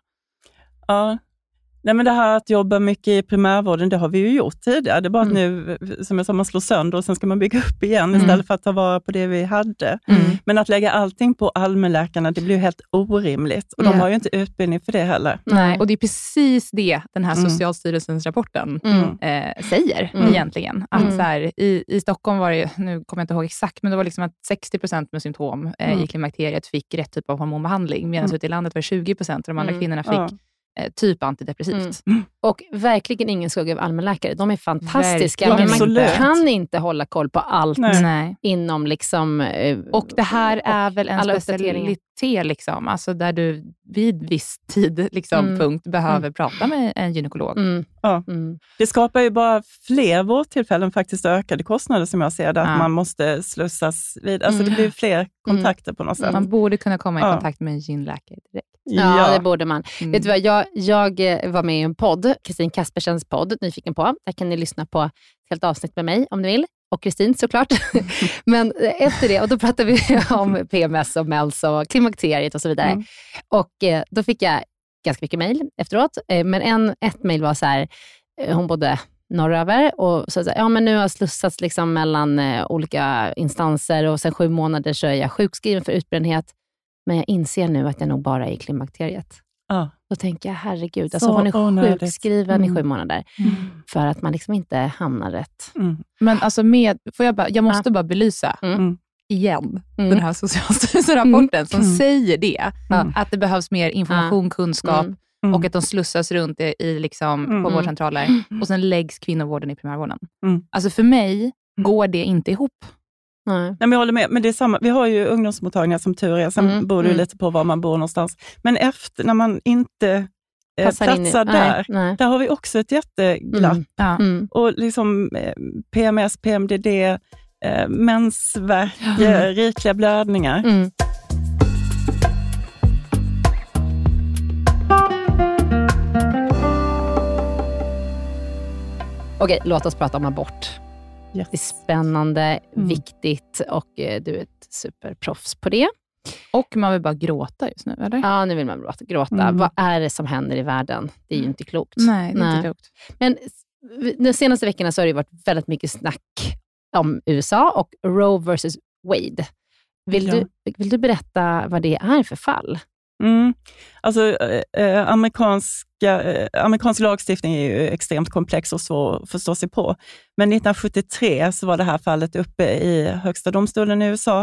Ja, nej, men det här att jobba mycket i primärvården, det har vi ju gjort tidigare. Det är bara mm. att nu, som jag sa, man slår sönder och sen ska man bygga upp igen mm. istället för att ta vara på det vi hade. Mm. Men att lägga allting på allmänläkarna, det blir ju helt orimligt. Och de ja. har ju inte utbildning för det heller. Nej, och det är precis det den här mm. Socialstyrelsens rapporten mm. eh, säger mm. egentligen. Att mm. så här, i, i Stockholm var det, nu kommer jag inte ihåg exakt, men det var liksom att sextio procent med symptom eh, mm. i klimakteriet fick rätt typ av hormonbehandling, medan mm. ute i landet var det tjugo procent och de andra mm. kvinnorna fick ja. typ antidepressivt. Mm. Och verkligen ingen skugga av allmänläkare. De är fantastiska, verkligen. Men man Absolut. kan inte hålla koll på allt Nej. inom liksom... Eh, och det här är väl en specialitet liksom, alltså där du vid viss tid liksom, mm. punkt behöver mm. prata med en gynekolog. Mm. Ja. Mm. Det skapar ju bara fler vårdtillfällen, faktiskt ökade kostnader som jag ser det, ja. att man måste slussas vid. Alltså mm. det blir fler kontakter på något sätt. Man borde kunna komma i ja. kontakt med en gynläkare direkt. Ja, ja, det borde man. Mm. Vet du vad, jag, jag var med i en podd, Kristin Kaspersens podd, Nyfiken på. Där kan ni lyssna på ett helt avsnitt med mig om ni vill. Och Kristin såklart. Men efter det, och då pratade vi om P M S och mens och klimakteriet och så vidare. Mm. Och eh, då fick jag ganska mycket mejl efteråt. Eh, men en, ett mejl var så här, eh, hon bodde norröver och så, så ja men nu har jag slussats liksom mellan eh, olika instanser och sen sju månader så är jag sjukskriven för utbrändhet. Men jag inser nu att jag nog bara är i klimakteriet. Ja. Då tänker jag, herregud, alltså hon är onödigt. sjukskriven mm. i sju månader. Mm. För att man liksom inte hamnar rätt. Mm. Men alltså med, får jag bara, jag måste ja. bara belysa mm. igen mm. den här Socialstyrelsen-rapporten mm. som mm. säger det. Mm. Att det behövs mer information, kunskap mm. Mm. och att de slussas runt i, i liksom, mm. på vårdcentraler. Mm. Och sen läggs kvinnovården i primärvården. Mm. Alltså för mig går det inte ihop. Nej. Nej, men jag håller med. Men det är samma. Vi har ju ungdomsmottagningar som tur är. Sen mm, beror det mm. lite på var man bor någonstans. Men efter, när man inte eh, platsar in, där, nej, nej. där har vi också ett jätteglapp. Mm, ja. mm. Och liksom eh, P M S, P M D D, eh, mensvärk, mm. eh, rikliga blödningar. Mm. Okej, låt oss prata om abort. Yes. Det är spännande, mm. viktigt och eh, du är ett superproffs på det. Och man vill bara gråta just nu, eller? Ja, nu vill man gråta. gråta. Mm. Vad är det som händer i världen? Det är ju inte klokt. Nej, det är Nej. inte klokt. Men de senaste veckorna så har det varit väldigt mycket snack om U S A och Roe versus Wade. Vill, ja. du, vill du berätta vad det är för fall? Mm. Alltså eh, amerikanska, eh, amerikansk lagstiftning är ju extremt komplex och svår att förstå sig på. Men nittonhundrasjuttiotre så var det här fallet uppe i högsta domstolen i U S A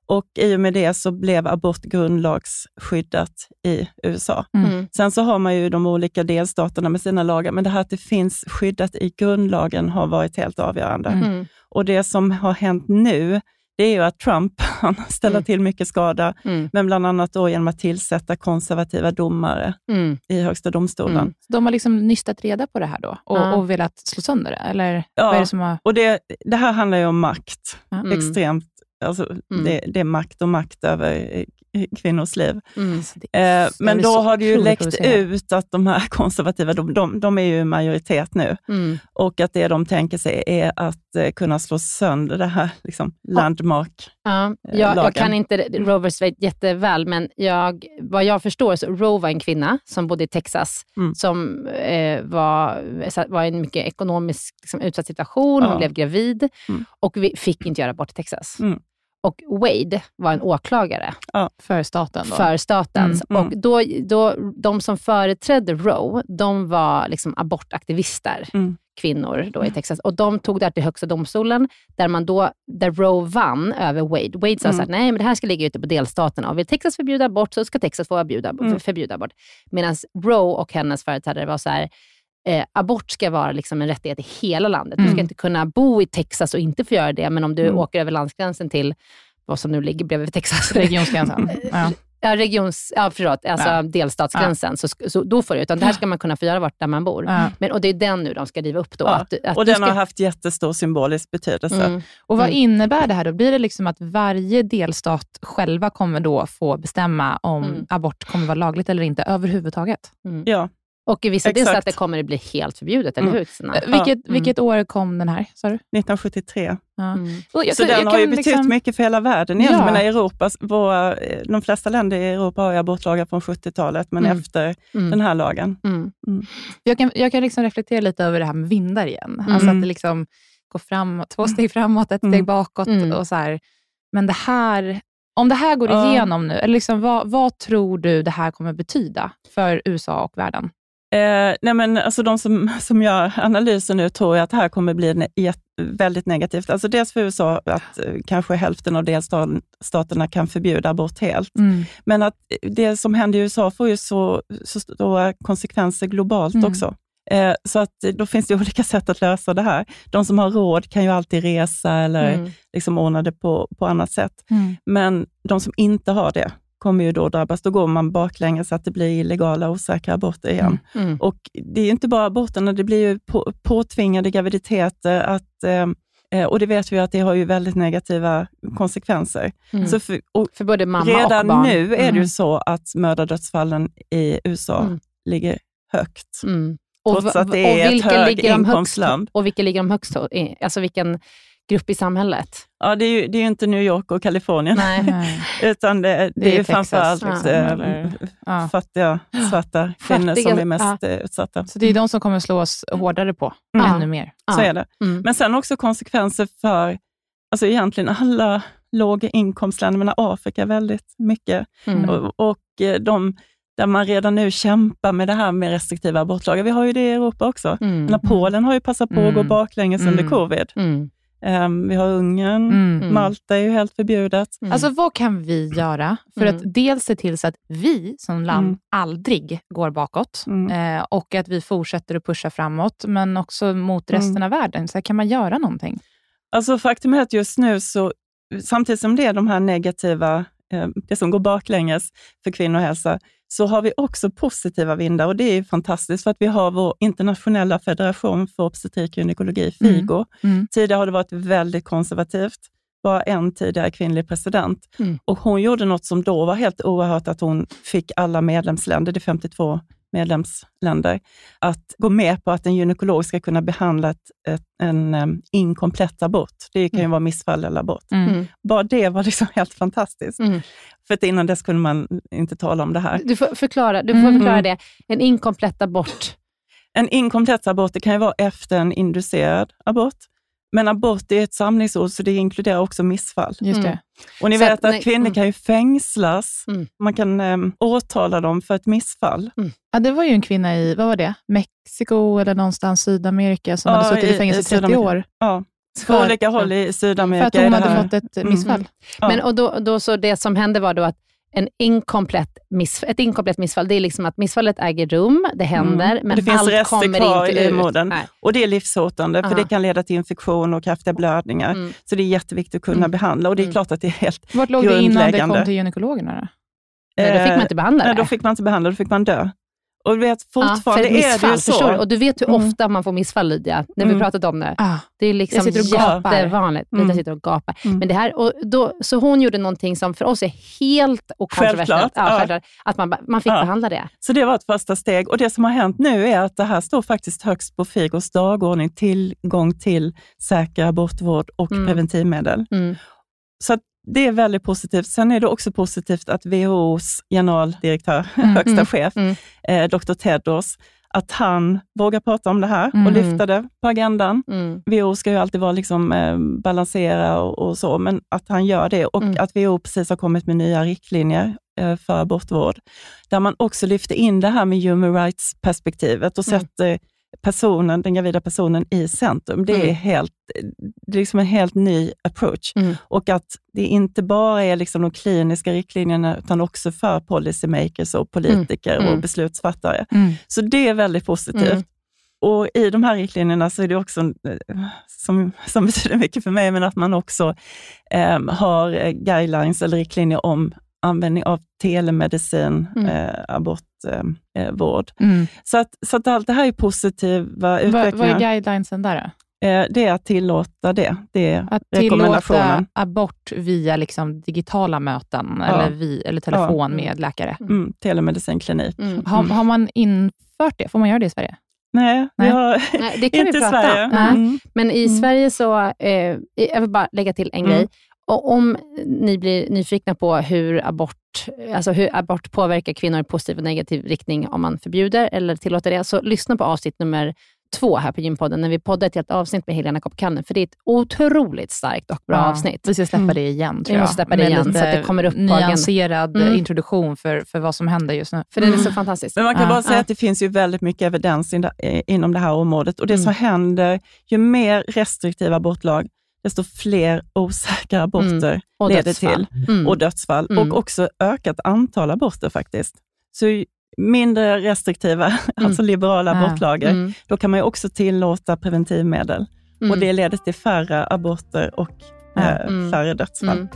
Och i och med det så blev abort grundlagsskyddat i U S A. Mm. Sen så har man ju de olika delstaterna med sina lagar, men det här att det finns skyddat i grundlagen har varit helt avgörande. Mm. Och det som har hänt nu, det är ju att Trump han ställer Mm. till mycket skada, Mm. men bland annat då genom att tillsätta konservativa domare Mm. i högsta domstolen. Mm. De har liksom nystat reda på det här då och, Ja. och velat slå sönder det? Eller Ja. vad är det som har... Och det, det här handlar ju om makt. Mm. Extremt. Alltså, Mm. det, det är makt och makt över eh, kvinnors liv. Mm. Alltså, det är- Eh, men blir då så har det ju otroligt läckt provocerande. ut att de här konservativa, de, de, de är ju i majoritet nu. Mm. Och att det de tänker sig är att eh, kunna slå sönder det här liksom, landmark. Ja, eh, jag, lagen. jag kan inte Roe versus Wade jätteväl, men jag, vad jag förstår så Roe var en kvinna som bodde i Texas, Mm. som eh, var, var i en mycket ekonomisk liksom, utsatt situation. Hon Ja. blev gravid Mm. och vi fick inte göra abort i Texas. Mm. Och Wade var en åklagare För staten då? för staten. Mm, mm. Och då, då, de som företrädde Roe, de var liksom abortaktivister. Mm. Kvinnor då i Texas. Och de tog det här till högsta domstolen, där man då, där Roe vann över Wade. Wade sa Mm. så här, nej men det här ska ligga ute på delstaterna. Och vill Texas förbjuda abort så ska Texas få förbjuda, Mm. förbjuda abort. Medan Roe och hennes företrädare var så här, eh, abort ska vara liksom en rättighet i hela landet. Du ska Mm. inte kunna bo i Texas och inte få göra det, men om du Mm. åker över landsgränsen till vad som nu ligger bredvid Texas. Regionsgränsen? Ja. Ja, regions, ja, förlåt, alltså Ja. delstatsgränsen, så, så då får du, utan det här ska man kunna få göra vart där man bor. Ja. Men, och det är den nu de ska riva upp då. Ja. Att, att Och du den ska, har haft jättestor symbolisk betydelse. mm, Och vad Mm. innebär det här då? Blir det liksom att varje delstat själva kommer då få bestämma om Mm. abort kommer vara lagligt eller inte överhuvudtaget? mm. Ja, Och i vissa Exakt. delstater kommer det bli helt förbjudet, eller Mm. hur? Sina? Eh, Vilket, Mm. vilket år kom den här, sa du? nittonhundrasjuttiotre. Ja. Mm. Och jag, Så jag den har ju kan betytt liksom- mycket för hela världen. Jag Ja. menar, Europa, våra, de flesta länder i Europa har ju abortlagar från sjuttiotalet, men Mm. efter Mm. den här lagen. Mm. Jag kan, jag kan liksom reflektera lite över det här med vindar igen. Mm. Alltså att det liksom går framåt, två steg framåt, ett steg Mm. bakåt. Mm. Och så här. Men det här, om det här går Ja. igenom nu, eller liksom, vad, vad tror du det här kommer betyda för U S A och världen? Eh, nej men, alltså de som, som gör analyser nu tror jag att det här kommer bli ne- jät- väldigt negativt. Alltså dels för U S A att eh, kanske hälften av delstaterna kan förbjuda abort helt. Men att det som händer i U S A får ju så, så stora konsekvenser globalt Mm. också. Eh, så att då finns det olika sätt att lösa det här. De som har råd kan ju alltid resa eller Mm. liksom ordna det på, på annat sätt. Mm. Men de som inte har det kommer ju då drabbas. Då går man baklänges så att det blir illegala och osäkra aborter igen. Mm. Och det är ju inte bara aborterna, det blir ju på, påtvingade graviditeter. Att, eh, och det vet vi att det har ju väldigt negativa konsekvenser. Mm. Så för, och För både mamma redan och barn. nu är det Mm. ju så att mödradödsfallen i U S A Mm. ligger högt. Mm. Trots v- att det är och ett vilka hög ligger de högst, inkomstland. och vilka ligger de högst? i- Alltså vilken grupp i samhället? Ja, det är ju det är ju inte New York och Kalifornien, Nej. Nej. utan det, det, Det är är ju Texas, framförallt ja, eh, eller- ja. fattiga svarta kvinnor Fattiga, som är mest ja. eh, utsatta. Så det är de som kommer slås hårdare på, Mm. ännu mer. Så Ja. är det. Mm. Men sen också konsekvenser för alltså egentligen alla låga inkomstländer, men Afrika väldigt mycket. Mm. Och, och eh, de där man redan nu kämpar med det här med restriktiva abortlagar. Vi har ju det i Europa också. Mm. Men Polen har ju passat på att gå Mm. baklänges Mm. under covid. Mm. Um, vi har Ungern, Mm. Malta är ju helt förbjudet. Mm. Alltså vad kan vi göra för Mm. att dels se till så att vi som land Mm. aldrig går bakåt Mm. eh, och att vi fortsätter att pusha framåt, men också mot Mm. resten av världen. Så här, kan man göra någonting? Alltså faktum är att just nu så, samtidigt som det är de här negativa, eh, det som går baklänges för kvinnohälsa, så har vi också positiva vindar och det är fantastiskt för att vi har vår internationella federation för obstetrik och gynekologi, FIGO. Mm. Tidigare har det varit väldigt konservativt. Bara en tidigare kvinnlig president. Mm. Och hon gjorde något som då var helt oerhört, att hon fick alla medlemsländer, det är femtiotvå medlemsländer, att gå med på att en gynekolog ska kunna behandla ett, ett, en um, inkomplett abort. Det kan ju Mm. vara missfall eller abort. Mm. Mm. Bara det var liksom helt fantastiskt. Mm. För att innan dess kunde man inte tala om det här. Du får förklara, du får Mm. förklara det. En inkomplett abort. En inkomplett abort, det kan ju vara efter en inducerad abort. Men abort är ett samlingsord, så det inkluderar också missfall. Just Mm. det. Och ni Så vet att- att, nej, kvinnor mm. kan ju fängslas. Mm. Man kan um, åtala dem för ett missfall. Ja, det var ju en kvinna i, vad var det? Mexiko eller någonstans Sydamerika som Ja, hade suttit i i- fängelse i i trettio Sydamerika. år. Ja. På För- olika håll i Sydamerika. För att hon är det hade här. fått ett missfall. Mm. Ja. Men och då, då så det som hände var då att en inkomplett miss, ett inkomplett missfall, det är liksom att missfallet äger rum, det händer, Mm. men det finns allt rester kommer kvar inte i ut. livmodern. Nej. Och det är livshotande, för Aha. det kan leda till infektion och kraftiga blödningar. Mm. Så det är jätteviktigt att kunna Mm. behandla. Och det är Mm. klart att det är helt Vart låg det innan det grundläggande. kom till gynekologerna då? Nej, då fick man inte behandla Nej, det. då fick man inte behandla, då fick man dö. Och du vet, Ja, för fortfarande ett är missfall, det ju så. förstår du? Och du vet hur Mm. ofta man får missfall, Lydia, när vi Mm. pratat om det. Ah. Det är liksom Jag sitter och gapar. jättevanligt. Mm. Lydia sitter och gapar. Mm. Men det här, och då, så hon gjorde någonting som för oss är helt okontroversiellt. Självklart, Ja, ja. självklart. Att man, ba- man fick Ja. behandla det. Så det var ett första steg. Och det som har hänt nu är att det här står faktiskt högst på Figos dagordning, tillgång till säker abortvård och Mm. preventivmedel. Mm. Så att det är väldigt positivt. Sen är det också positivt att W H O:s generaldirektör, Mm, högsta mm, chef, mm. eh, doktor Tedros, att han vågar prata om det här Mm. och lyfta det på agendan. Mm. W H O ska ju alltid vara liksom, eh, balansera och, och så, men att han gör det och Mm. att W H O precis har kommit med nya riktlinjer eh, för abortvård, där man också lyfter in det här med human rights-perspektivet och Mm. sätter personen, den gravida personen i centrum. Det är, Mm. helt, det är liksom en helt ny approach. Mm. Och att det inte bara är liksom de kliniska riktlinjerna, utan också för policymakers och politiker Mm. och beslutsfattare. Mm. Så det är väldigt positivt. Mm. Och i de här riktlinjerna så är det också, eh, som, som betyder mycket för mig, men att man också eh, har eh, guidelines eller riktlinjer om användning av telemedicin, Mm. eh, abortvård. Eh, vård. Mm. så, att, så att allt det här är positiva Vad, vad utvecklingar. är guidelinesen där då? Eh, det är att tillåta det. Det är Att tillåta rekommendationen. abort via liksom digitala möten Ja. eller, vi, eller telefon Ja. med läkare. Mm, telemedicinklinik. Mm. Har, har man infört det? Får man göra det i Sverige? Nej, vi Nej. har Nej, det kan inte vi i prata Sverige. om. Nej. Mm. Men i Mm. Sverige så, eh, jag vill bara lägga till en Mm. grej. Och om ni blir nyfikna på hur abort, alltså hur abort påverkar kvinnor i positiv och negativ riktning om man förbjuder eller tillåter det, så lyssna på avsnitt nummer två här på Gympodden, när vi poddar ett helt avsnitt med Helena Kopp-Kallen, för det är ett otroligt starkt och bra Ja, avsnitt. Vi ska släppa Mm. det igen, tror Vi jag. måste släppa det Med igen, lite så att det kommer upp på agendan. nyanserad Mm. introduktion för, för vad som händer just nu. För det är så fantastiskt. Men man kan Ja, bara säga ja. att det finns ju väldigt mycket evidens in, eh, inom det här området. Och det Mm. som händer, ju mer restriktiv abortlag, desto fler osäkra aborter Och leder dödsfall. till. Mm. Och dödsfall. Mm. Och också ökat antal aborter faktiskt. Så ju mindre restriktiva, alltså liberala Ja. abortlagar, Mm. då kan man ju också tillåta preventivmedel. Mm. Och det leder till färre aborter och Ja. eh, Mm. färre dödsfall. Mm.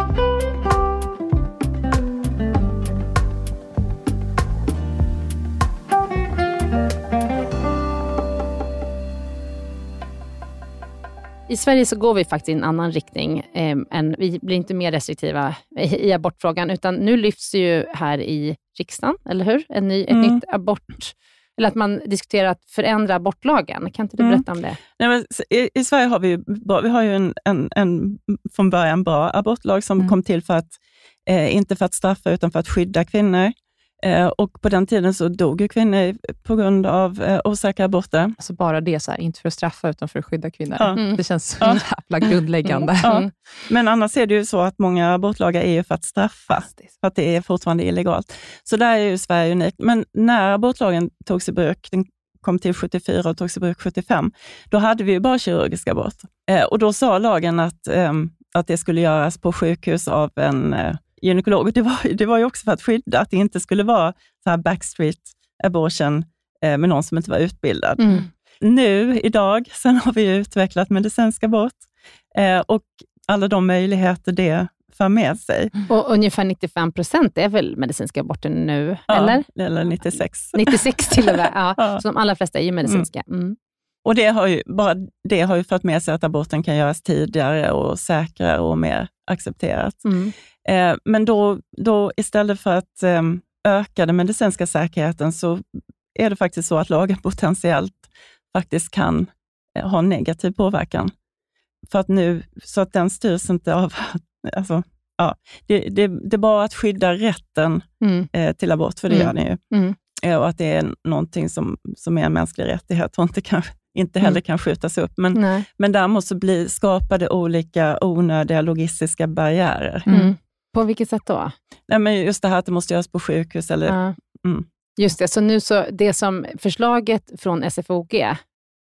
I Sverige så går vi faktiskt i en annan riktning. Eh, än, vi blir inte mer restriktiva i, i abortfrågan, utan nu lyfts det ju här i riksdagen, eller hur? En ny, ett Mm. nytt abort... Eller att man diskuterar att förändra abortlagen. Kan inte du Mm. berätta om det? Nej, men i, I Sverige har vi ju, bra, vi har ju en, en, en från början bra abortlag som Mm. kom till för att, eh, inte för att straffa utan för att skydda kvinnor. Eh, och på den tiden så dog ju kvinnor på grund av eh, osäkra aborter. Alltså bara det, så här, inte för att straffa utan för att skydda kvinnor. Ja. Mm. Det känns så Ja. jävla grundläggande. Mm. Ja. Men annars är det ju så att många abortlagar är ju för att straffa, Fantastiskt. för att det är fortfarande illegalt. Så där är ju Sverige unikt. Men när abortlagen togs i bruk, den kom till sjuttiofyra och togs i bruk sjuttiofem, då hade vi ju bara kirurgisk abort. Eh, och då sa lagen att, eh, att det skulle göras på sjukhus av en eh, gynekolog. Det var, det var ju också för att skydda, att det inte skulle vara så här backstreet abortion eh, med någon som inte var utbildad. Mm. Nu, idag, sen har vi utvecklat medicinsk abort eh, och alla de möjligheter det för med sig. Och ungefär nittiofem procent är väl medicinska aborter nu, Ja, eller? Eller nittiosex. nittiosex till och med. Ja. Ja. Så de allra flesta är ju medicinska. Mm. Och det har ju, bara det har ju fört med sig att aborten kan göras tidigare och säkrare och mer accepterat. Mm. Eh, men då, då istället för att eh, öka den medicinska säkerheten, så är det faktiskt så att lagen potentiellt faktiskt kan eh, ha negativ påverkan. För att nu, så att den styrs inte av, alltså, ja, det, det, det är bara att skydda rätten Mm. eh, till abort, för det Mm. gör den ju. Mm. Eh, och att det är någonting som, som är en mänsklig rättighet och inte, kan, inte heller Mm. kan skjutas upp. Men, Nej. men däremot så blir, skapade olika onödiga logistiska barriärer. Mm. Mm. På vilket sätt då? Nej, men just det här att det måste göras på sjukhus. Eller, Ja. mm. Just det, så nu så det som förslaget från S F O G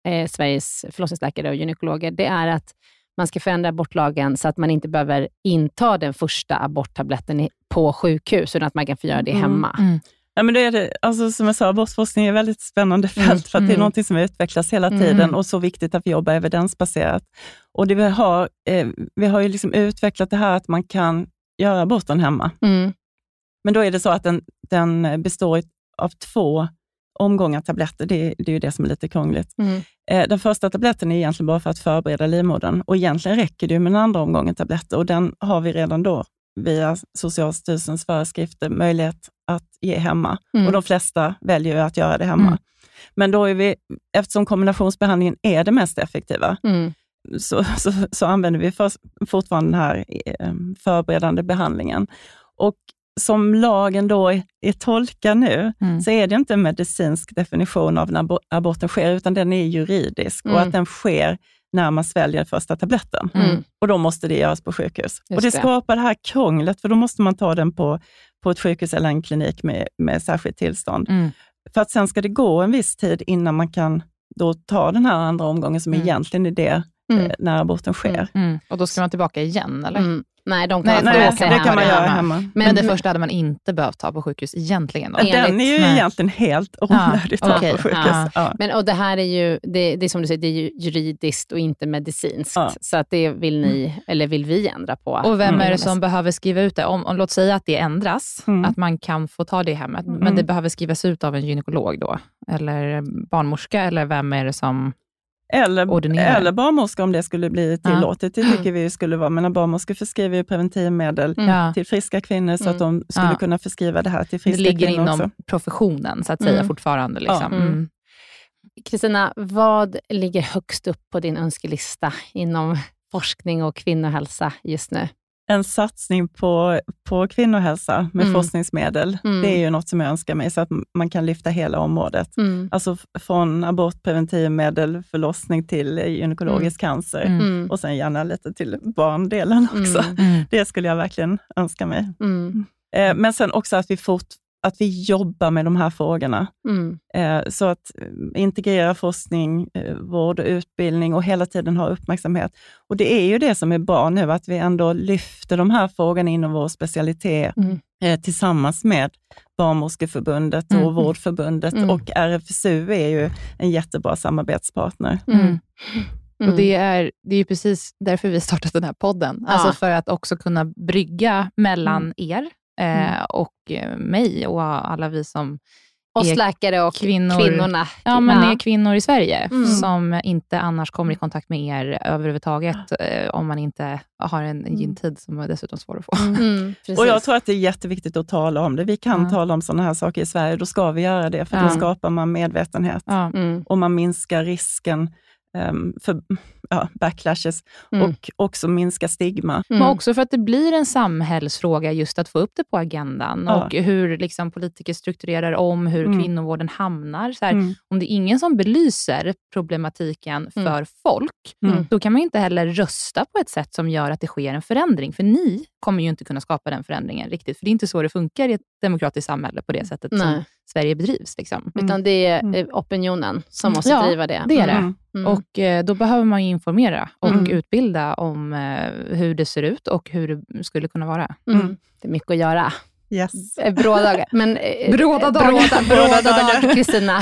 eh, Sveriges förlossningsläkare och gynekologer, det är att man ska förändra abortlagen så att man inte behöver inta den första aborttabletten i, på sjukhus, utan att man kan få göra det hemma. Mm. Mm. Ja, men det är det, alltså, som jag sa, abortforskning är ett väldigt spännande fält mm. för att det är något som utvecklas hela tiden mm. och så viktigt att vi jobbar evidensbaserat. Och det vi har, eh, vi har ju liksom utvecklat det här att man kan göra aborten hemma. Mm. Men då är det så att den, den består av två omgångar tabletter. Det, det är ju det som är lite krångligt. Mm. Eh, den första tabletten är egentligen bara för att förbereda livmodern. Och egentligen räcker det ju med den andra omgången tabletter. Och den har vi redan då via Socialstyrelsens föreskrifter möjlighet att ge hemma. Mm. Och de flesta väljer ju att göra det hemma. Mm. Men då är vi, eftersom kombinationsbehandlingen är det mest effektiva, mm. så, så, så använder vi för, fortfarande den här eh, förberedande behandlingen. Och som lagen då är, är tolkad nu, mm. så är det inte en medicinsk definition av när aborten sker, utan den är juridisk. Mm. Och att den sker när man sväljer första tabletten. Mm. Och då måste det göras på sjukhus. Just och det, det skapar det här krånglet, för då måste man ta den på, på ett sjukhus eller en klinik med, med särskilt tillstånd. Mm. För att sen ska det gå en viss tid innan man kan då ta den här andra omgången som mm. egentligen är det mm. eh, när aborten sker. Mm. Mm. Och då ska man tillbaka igen, eller? Mm. Nej, de kan nej, nej, det hemma. kan man göra hemma. Men, men det första hade man inte behövt ta på sjukhus egentligen. Då. Den är ju nej. egentligen helt onödigt ja, okay. på sjukhus. Ja. Ja. Men, och det här är ju, det, det är som du säger, det är ju juridiskt och inte medicinskt. Ja. Så att det vill ni, mm. eller vill vi ändra på. Och vem mm. är det som behöver skriva ut det? Om, om låt säga att det ändras, mm. att man kan få ta det hemmet, mm. men det behöver skrivas ut av en gynekolog då? Eller barnmorska, eller vem är det som... Eller, eller barnmorska om det skulle bli tillåtet. Det tycker vi skulle vara. Men barnmorskor förskriver ju preventivmedel mm. till friska kvinnor så att de skulle ja. kunna förskriva det här till friska kvinnor också. Det ligger inom också. Professionen så att säga mm. fortfarande. Liksom. Mm. Kristina, vad ligger högst upp på din önskelista inom forskning och kvinnohälsa just nu? En satsning på, på kvinnohälsa med mm. forskningsmedel. Mm. Det är ju något som jag önskar mig så att man kan lyfta hela området. Mm. Alltså från abort, preventivmedel, förlossning till gynekologisk mm. cancer. Mm. Och sen gärna lite till barndelen också. Mm. Det skulle jag verkligen önska mig. Mm. Eh, men sen också att vi fort att vi jobbar med de här frågorna. Mm. Eh, så att integrera forskning, eh, vård och utbildning och hela tiden ha uppmärksamhet. Och det är ju det som är bra nu, att vi ändå lyfter de här frågorna inom vår specialitet mm. eh, tillsammans med Barnmorskeförbundet mm. och Vårdförbundet mm. och R F S U är ju en jättebra samarbetspartner. Mm. Mm. Och det är, det är ju precis därför vi startat den här podden. Ja. Alltså för att också kunna brygga mellan mm. er Mm. och mig och alla vi som oss är läkare och kvinnor, kvinnorna. Ja, men ja. är kvinnor i Sverige mm. som inte annars kommer i kontakt med er överhuvudtaget eh, om man inte har en gintid som är dessutom svår att få. Mm. Och jag tror att det är jätteviktigt att tala om det. Vi kan ja. tala om sådana här saker i Sverige, då ska vi göra det för ja. då skapar man medvetenhet ja. mm. och man minskar risken Um, för ja, backlashes mm. och också minska stigma. Mm. Men också för att det blir en samhällsfråga just att få upp det på agendan ja. och hur liksom, politiker strukturerar om hur mm. kvinnovården hamnar. Så här, mm. om det är ingen som belyser problematiken mm. för folk, mm. då kan man inte heller rösta på ett sätt som gör att det sker en förändring. För ni kommer ju inte kunna skapa den förändringen riktigt. För det är inte så det funkar i ett demokratiskt samhälle på det sättet Nej. som Sverige bedrivs. Liksom. Mm. Utan det är mm. opinionen som måste ja, driva det. det är det. Mm. Mm. Och eh, då behöver man ju informera och mm. utbilda om eh, hur det ser ut och hur det skulle kunna vara. Mm. Det är mycket att göra. Yes. Bra dagar. Men, bråda dagar. Bråda, bråda dagar, Kristina.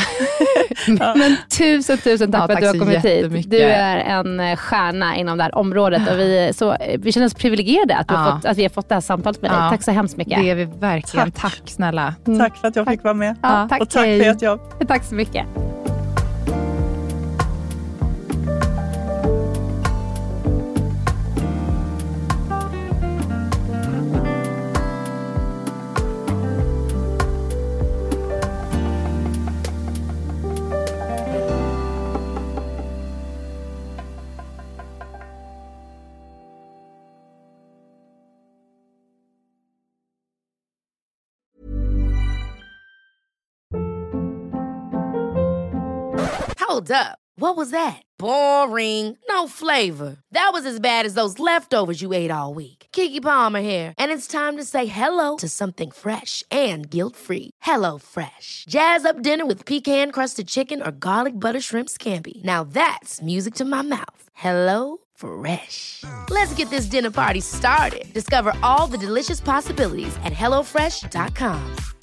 ja. Men tusen, tusen tack ja, för att du har kommit hit. Du är en stjärna inom det här området. Och vi, så, vi känner oss privilegierade att vi, ja. har, fått, att vi har fått det här samtalet med dig. Ja. Tack så hemskt mycket. Det är vi verkligen. Tack, tack snälla. Mm. Tack för att jag tack. fick vara med. Ja, tack. Och tack för ert jobb. Tack så mycket. Hold up. What was that? Boring. No flavor. That was as bad as those leftovers you ate all week. Keke Palmer here, and it's time to say hello to something fresh and guilt-free. Hello Fresh. Jazz up dinner with pecan-crusted chicken or garlic butter shrimp scampi. Now that's music to my mouth. Hello Fresh. Let's get this dinner party started. Discover all the delicious possibilities at hello fresh dot com.